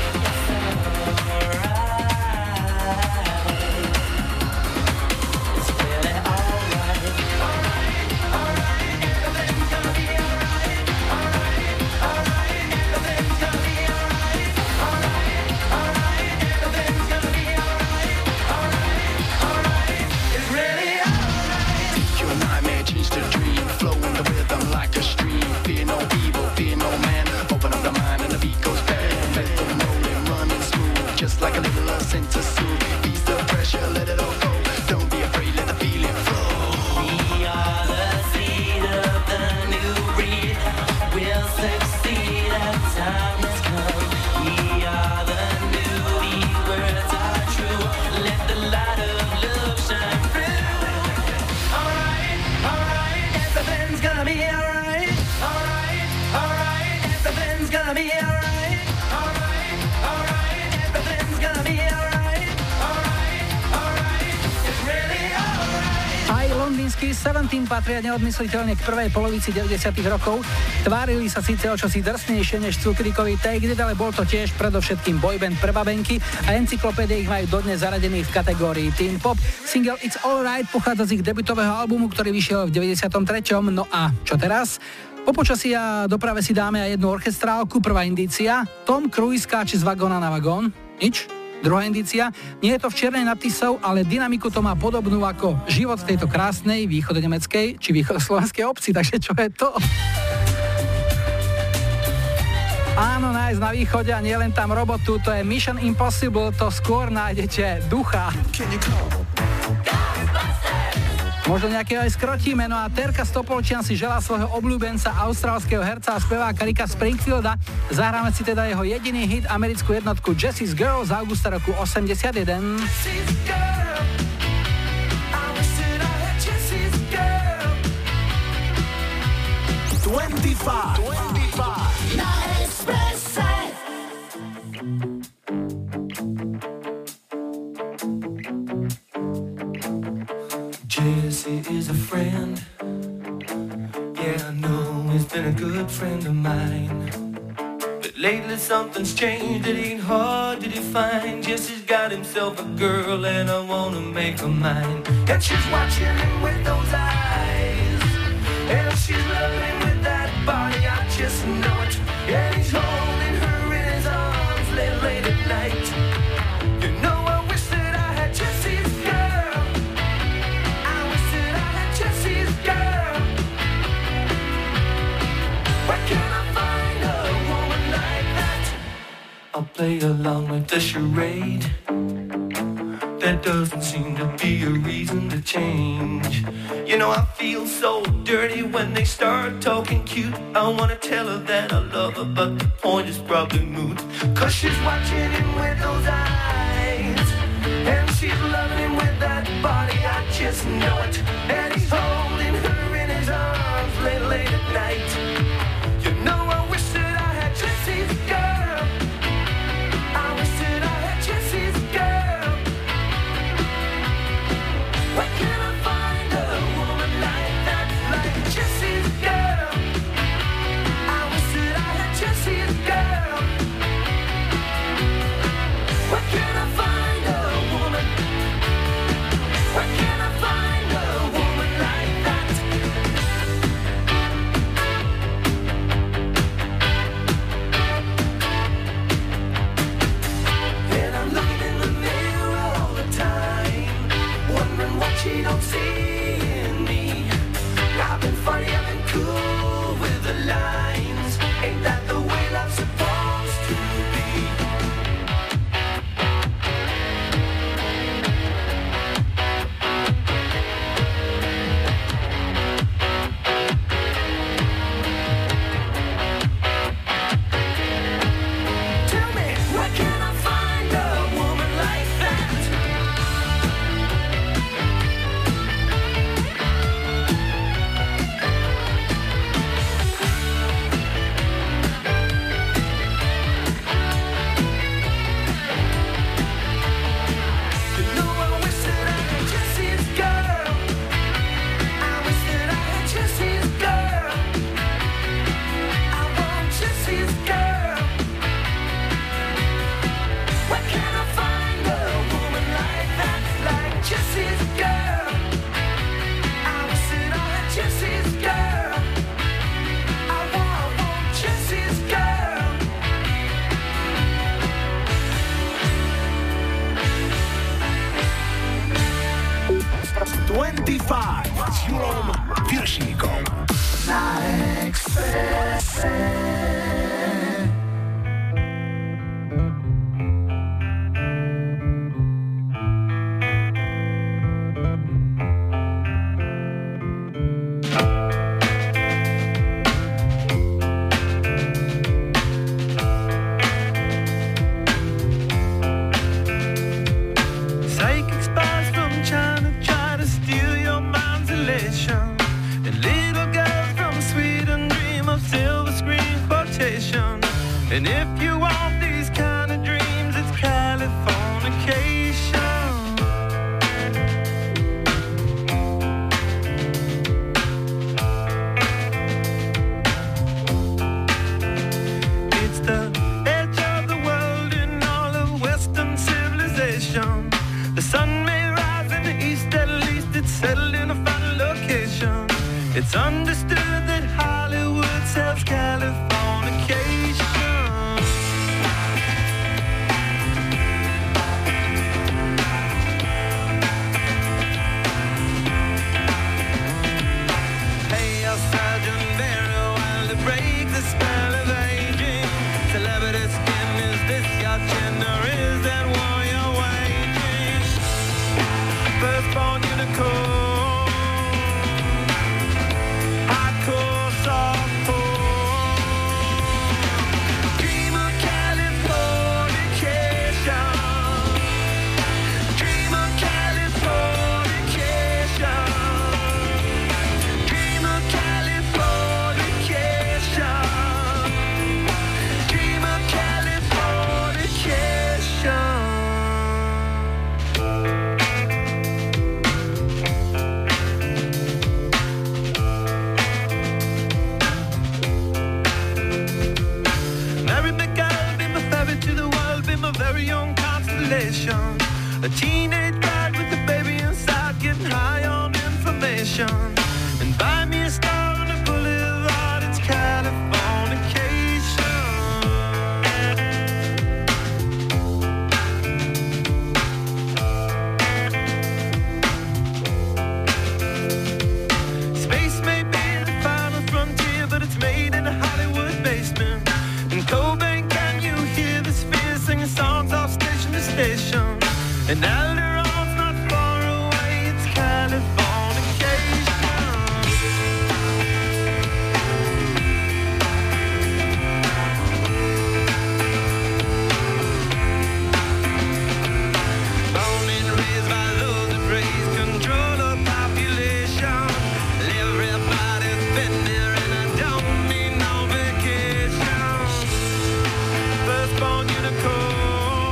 Speaker 2: Just like a little love sent to soothe. Ease the pressure, let it all go. Don't be afraid, let the feeling flow.
Speaker 11: We are the seed of the new breed. We'll succeed, our time has come. We are the new, these words are true. Let the light of love shine through. Alright, alright, everything's gonna be alright. Alright, alright, everything's gonna be alright. Alright, alright, everything's
Speaker 3: sedemnásť patria neodmysliteľne k prvej polovici deväťdesiatych rokov. Tvárili sa síce o čosi drsnejšie než cukríkový Take It, ale bol to tiež predovšetkým boyband pre babenky a encyklopédie ich majú dodnes zaradených v kategórii Teen Pop. Single It's Alright pochádza z ich debutového albumu, ktorý vyšiel v deväťdesiatom treťom. No a čo teraz? Po počasí a doprave si dáme aj jednu orchestrálku. Prvá indícia. Tom Cruise skáče z vagóna na vagón. Nič. Druhá indícia, nie je to v čiernej nad Tisou, ale dynamiku to má podobnú ako život tejto krásnej východonemeckej či východoslovenskej obci, takže čo je to? Áno, nájsť na východe a nielen tam robotu, to je Mission Impossible, to skôr nájdete ducha. Možno nejakého aj skrotíme, no a Terka Stopolčian si želá svojho obľúbenca, austrálskeho herca a speváka Ricka Springfielda. Zahráme si teda jeho jediný hit, americkú jednotku Jessie's Girl z augusta roku osemdesiatjeden.
Speaker 6: dvadsaťpäť, dvadsaťpäť na Expresse.
Speaker 12: Jesse is a friend. Yeah, I know he's been a good friend of mine. But lately something's changed, it ain't hard to define. Jesse's got himself a girl and I wanna make her mine. And she's watching him with those eyes, and she's loving him with that body, I just know it. And he's holding her in his arms late, late at night. You know I wish that I had Jesse's girl. I wish that I had Jesse's girl. Where can I find a woman like that? I'll play along with the charade. There doesn't seem to be a reason to change. You know I feel so dirty when they start talking cute. I wanna tell her that I love her, but the point is probably moot. Cause she's watching him with those eyes, and she's loving him with that body, I just know it. And he's holding her in his arms late, late at night. You know I wish that I had Jesse's girl. I wish that I had Jesse's girl. Where can I find a woman like that, like Jesse's girl? I wish that I had Jesse's girl. Where can I find a woman? Where can I find a woman like that? And I'm looking in the mirror all the time, wondering what she don't see in me. I've been funny, I've been cool with the lines. Ain't that the way love's supposed to be? Tell me, where can I find a woman like that? You know I wish that I had Jesse's girl. I wish that I had Jesse's girl. I want Jesse's girl. Where can I find a woman like that, like Jesse's girl? I wish that I had Jesse's girl. I want, want Jesse's girl.
Speaker 6: dvadsaťpäť s Julom Piršíkom na Expresse.
Speaker 12: Psychic spies from China try to steal your mind's elation. And little girls from Sweden dream of silver screen quotation. And if you want these kind of dreams, it's Californication. the edge of the world in all of Western civilization. The sun may rise in the east, at least it's settled in a final location. It's understood that Hollywood sells Californication. Hey, your surgeon very well to break the spell of aging. Celebrity skin, is this your chin or is that war you're waging? Firstborn unicorn, hardcore softcore. Dream of Californication. Dream of Californication. Dream of Californication. Dream of Californication. Mary McGill, be my ferry to the world, be my very own constellation. A teenage bride with a baby inside, getting high on information. And buy me a star on the boulevard, it's Californication. Space may be the final frontier, but it's made in a Hollywood basement. In Cobain, can you hear the sphere singing songs off station to station? And Alderon's not far away, it's Californication. Born and raised by those that praise control of population. Everybody's been there and I don't need no vacation. Firstborn unicorn,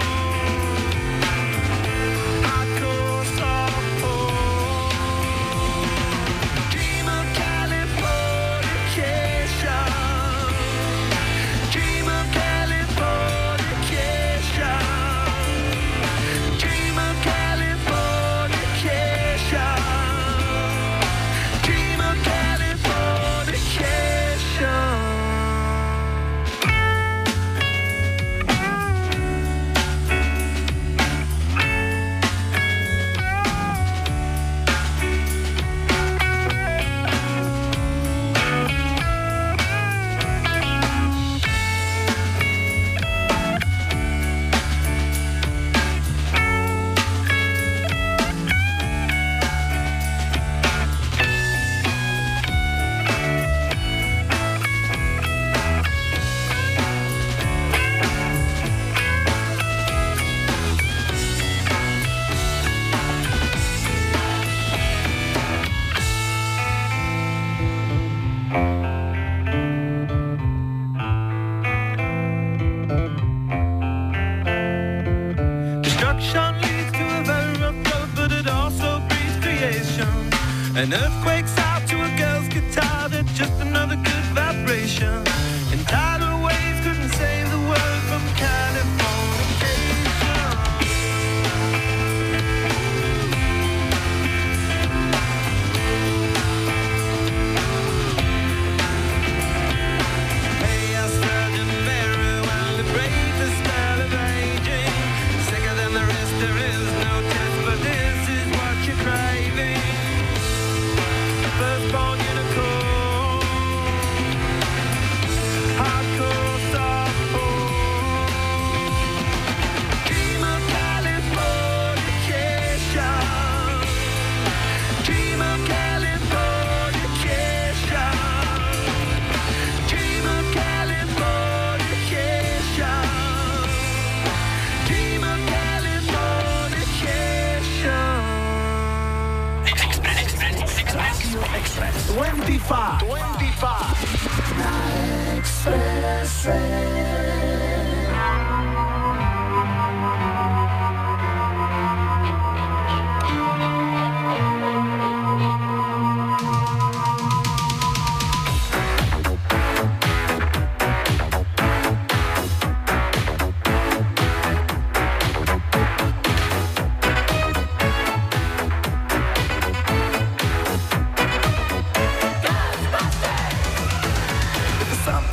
Speaker 12: hardcore softcore. Dream of Californication. Dream of Californication. Dream of Californication. Dream of Californication. Destruction leads to a very rough road, but it also breeds creation. An earthquake's out to a girl's guitar, that's just another good vibration. And tidal waves couldn't save the world from Californication. Hey, your surgeon very well to break the spell of aging. Sicker than the rest, there is no test, but this is what you're craving. Firstborn unicorn, hardcore softcore. Dream of Californication. Dream of Californication. Dream of Californication. Dream of Californication.
Speaker 6: Radio Express dvadsaťpäť. dvadsaťpäť. Na Expresse.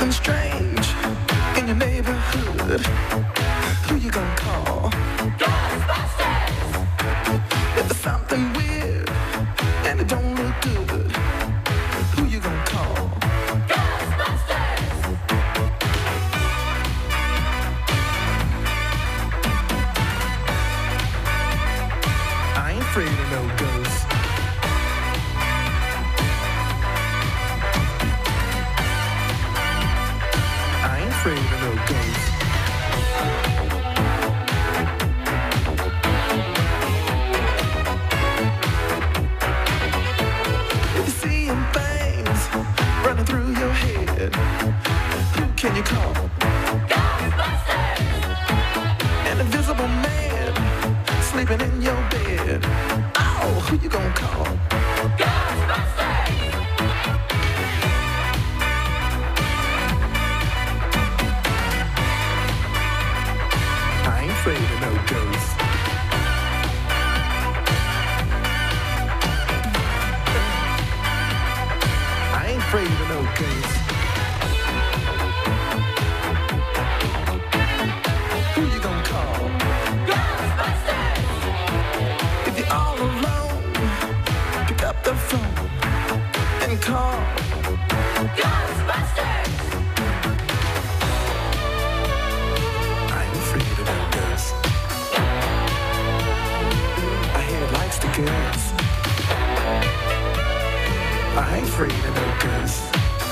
Speaker 12: something strange in your neighborhood, who you gonna call? Ghostbusters! If there's something weird and it don't look good, who you gonna call? Ghostbusters! I ain't afraid of no ghosts. I ain't afraid of no ghosts. If you're seeing things running through your head, who can you call? Ghostbusters! An invisible man sleeping in your bed. Oh, who you gonna call? Ghostbusters! I ain't afraid of no ghosts. I ain't afraid of no ghosts. Who you gonna call? Ghostbusters! If you're all alone, pick up the phone and call Ghostbusters! I ain't afraid of no ghosts. I hear it likes the girls. I ain't afraid of no ghosts.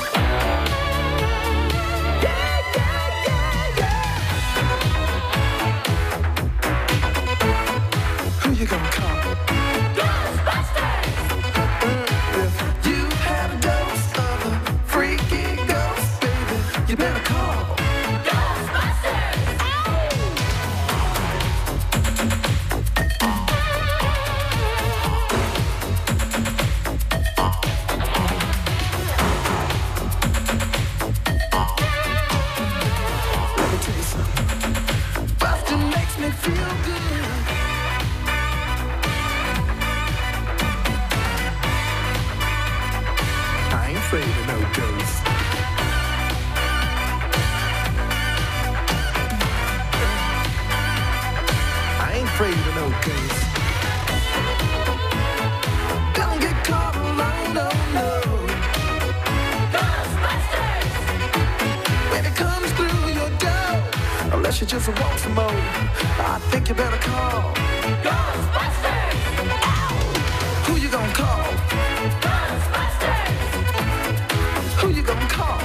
Speaker 12: Who you gonna call? Ghostbusters! If you have a ghost of a freaky ghost, baby, you better call Ghostbusters! Let me tell you something. Buster makes me feel good. I ain't afraid of no ghosts. I ain't afraid of no ghosts. Don't get caught alone, no, no. Ghostbusters! When it comes through your door, unless you just want some more, I think you better call Ghostbusters! Ow! Who you gonna call? Who you gonna call?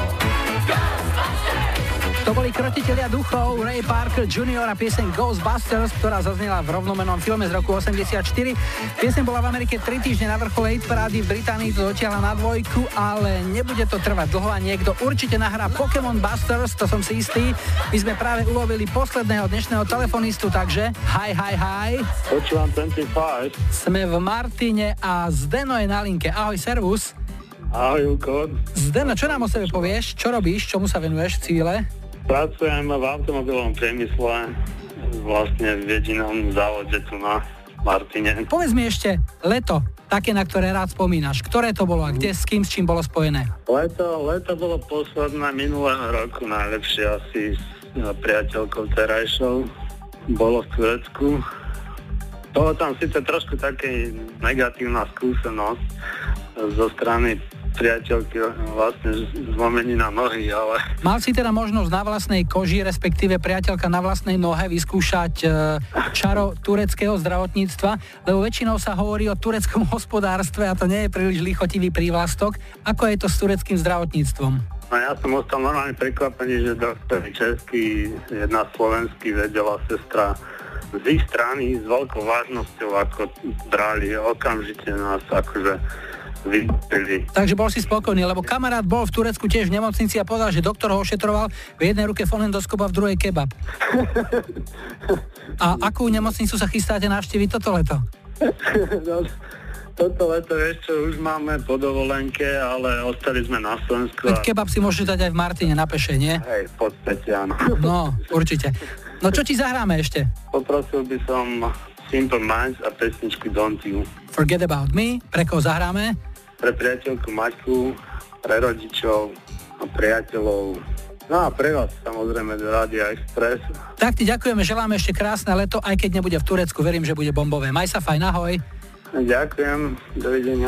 Speaker 3: To boli Krotitelia duchov, Ray Parker junior a pieseň Ghostbusters, ktorá zaznela v rovnomennom filme z roku osemdesiatštyri. Pieseň bola v Amerike tri týždne na vrchole hit parády, v Británii to dotiahla na dvojku, ale nebude to trvať dlho a niekto určite nahrá Pokémon Busters, to som si istý. My sme práve ulovili posledného dnešného telefonistu, takže hi, hi, hi.
Speaker 13: Počúvam dvadsaťpäť.
Speaker 3: Sme v Martine a Zdeno je na linke. Ahoj, servus.
Speaker 13: Ahoj, Julko.
Speaker 3: Zdeno, čo nám o sebe povieš? Čo robíš? Čomu sa venuješ v civile?
Speaker 13: Pracujem v automobilovom priemysle, vlastne v jedinom závode tu na Martine.
Speaker 3: Povedz mi ešte leto, také, na ktoré rád spomínaš. Ktoré to bolo a kde, s kým, s čím bolo spojené?
Speaker 13: Leto, leto bolo posledné minulého roku, najlepšie asi s priateľkou terajšou. Bolo v Turecku. Bolo tam síce trošku také negatívna skúsenosť zo strany priateľky, vlastne zlomenina nohy, ale...
Speaker 3: Mal si teda možnosť na vlastnej koži, respektíve priateľka na vlastnej nohe vyskúšať e, čaro tureckého zdravotníctva, lebo väčšinou sa hovorí o tureckom hospodárstve a to nie je príliš lichotivý prívlastok. Ako je to s tureckým zdravotníctvom?
Speaker 13: No ja som ostal normálne prekvapený, že doktor český, jedna slovenský vedela sestra z ich strany s veľkou vážnosťou, ako brali okamžite nás, akože vypili.
Speaker 3: Takže bol si spokojný, lebo kamarát bol v Turecku tiež v nemocnici a povedal, že doktor ho ošetroval, v jednej ruke fonendoskop a v druhej kebab. A akú nemocnicu sa chystáte navštíviť toto leto?
Speaker 13: No, toto leto ešte už máme po dovolenke, ale ostali sme na Slovensku.
Speaker 3: Veď kebab si môžete dať aj v Martine na peše, nie?
Speaker 13: Hej, v podstate áno.
Speaker 3: No, určite. No čo ti zahráme ešte?
Speaker 13: Poprosil by som Simple Minds a pesničku Don't You.
Speaker 3: Forget About Me, pre koho zahráme?
Speaker 13: Pre priateľku Maťku, pre rodičov a priateľov No a pre vás samozrejme do Rádia Express.
Speaker 3: Tak ti ďakujeme, želáme ešte krásne leto, aj keď nebude v Turecku, verím, že bude bombové. Maj sa fajn, ahoj.
Speaker 13: Ďakujem, dovidenia.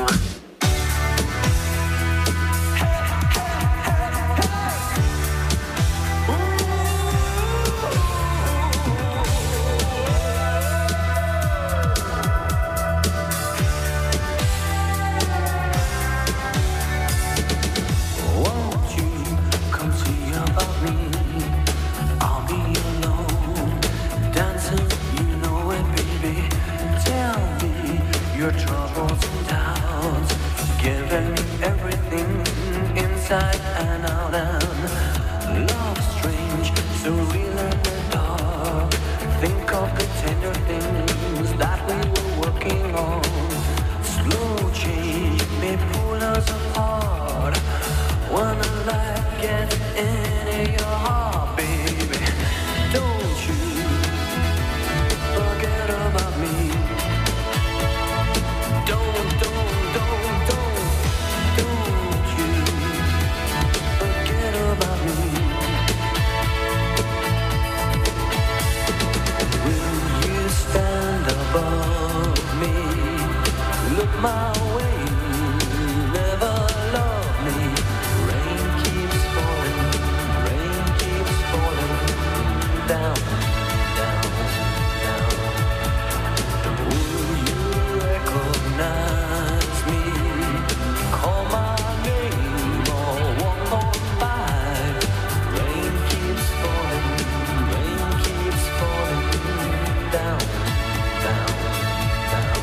Speaker 12: Your troubles and doubts, giving me everything inside and out, and love strange, so real in the dark. Think of the tender things that we were working on. Slow change may pull us apart when a light gets into your heart, baby. Don't you forget about me. My way, never love me. Rain keeps falling, rain keeps falling down, down, down. Will you recognize me? Call my name or walk on by. Rain keeps falling, rain keeps falling down, down, down.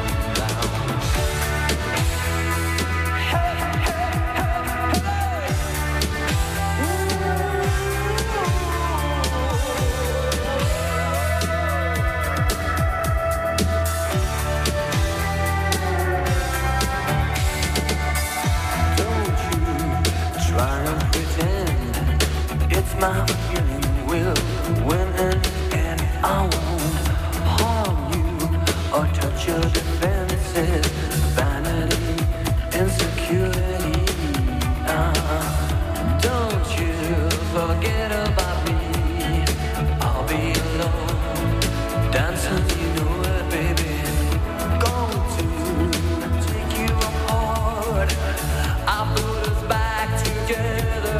Speaker 12: My feeling will win in the end. I won't harm you or touch your defenses. Vanity, insecurity. Uh, don't you forget about me. I'll be alone, dancing, you know it, baby. Going to take you apart. I put us back together.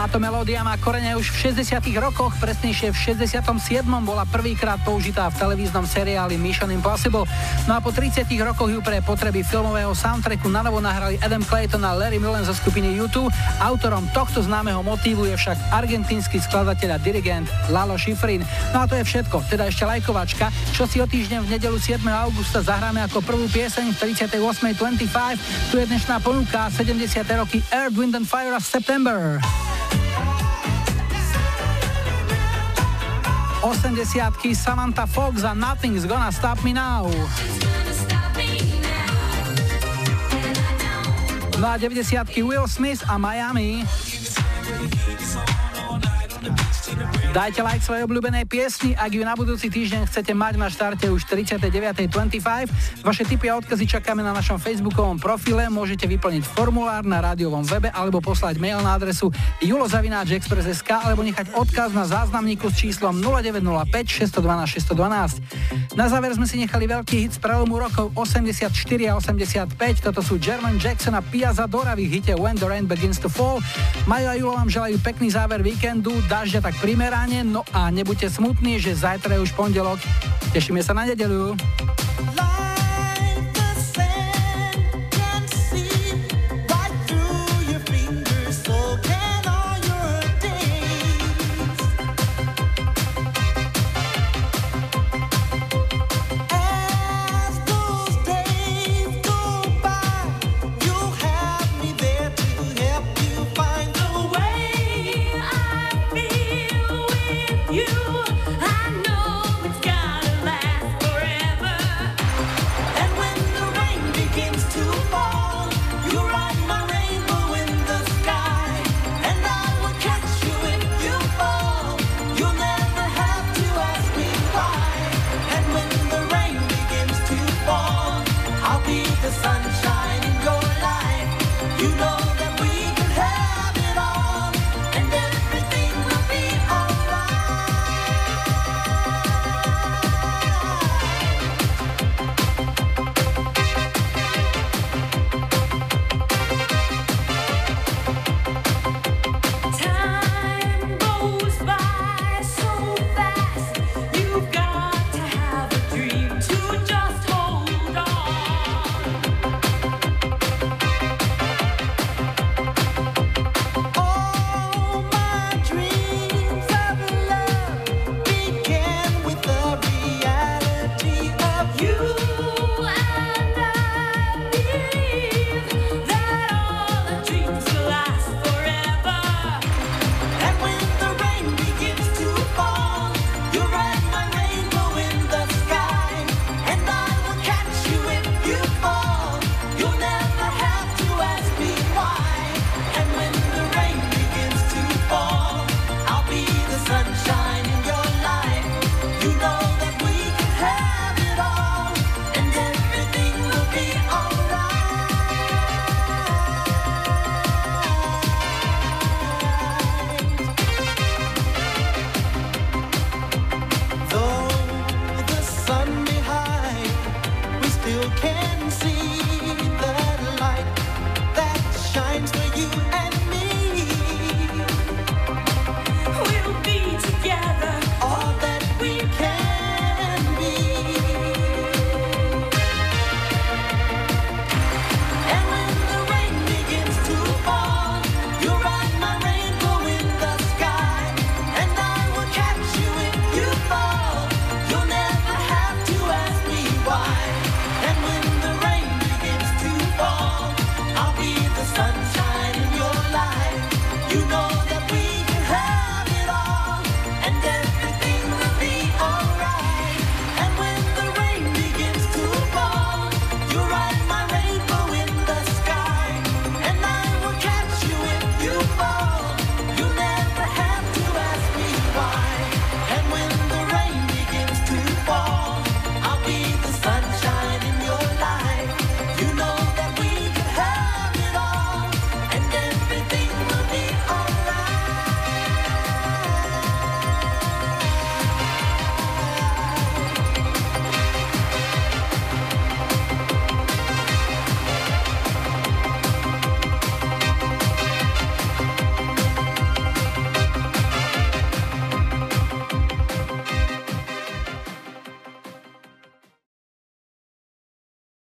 Speaker 3: Táto melódia má korene už v šesťdesiatych rokoch, presnejšie v šesťdesiatom siedmom bola prvýkrát použitá v televíznom seriáli Mission Impossible. No a po tridsiatich rokoch ju pre potreby filmového soundtracku nanovo nahrali Adam Clayton a Larry Mullen zo skupiny U dva. Autorom tohto známeho motívu je však argentínsky skladateľ a dirigent Lalo Schifrin. No a to je všetko, teda ešte lajkovačka, čo si o týždeň v nedeľu siedmeho augusta zahráme ako prvú pieseň v tridsiatej ôsmej dvadsaťpäť. Tu je dnešná ponuka sedemdesiate roky Earth, Wind and Fire a September. osemdesiatky Samantha Fox a Nothing's Gonna Stop Me Now. No a deväťdesiatky Will Smith a Miami. Dajte like svojej obľúbenej piesni, ak ju na budúci týždeň chcete mať na štarte už tridsiatej deviatej dvadsaťpäť. Vaše tipy a odkazy čakáme na našom facebookovom profile, môžete vyplniť formulár na rádiovom webe alebo poslať mail na adresu julo zavináč express bodka es ká alebo nechať odkaz na záznamníku s číslom nula deväť nula päť šesť jedna dva šesť jedna dva. Na záver sme si nechali veľký hit z prelomu rokov osemdesiatštyri a osemdesiatpäť. Toto sú Jermaine Jackson a Pia Zadora v hite When the Rain Begins to Fall. Majo a Julo vám želajú pekný záver víkendu, dažďa tak primerane, no a nebuďte smutní, že zajtra je už pondelok. Tešíme sa na nedeľu.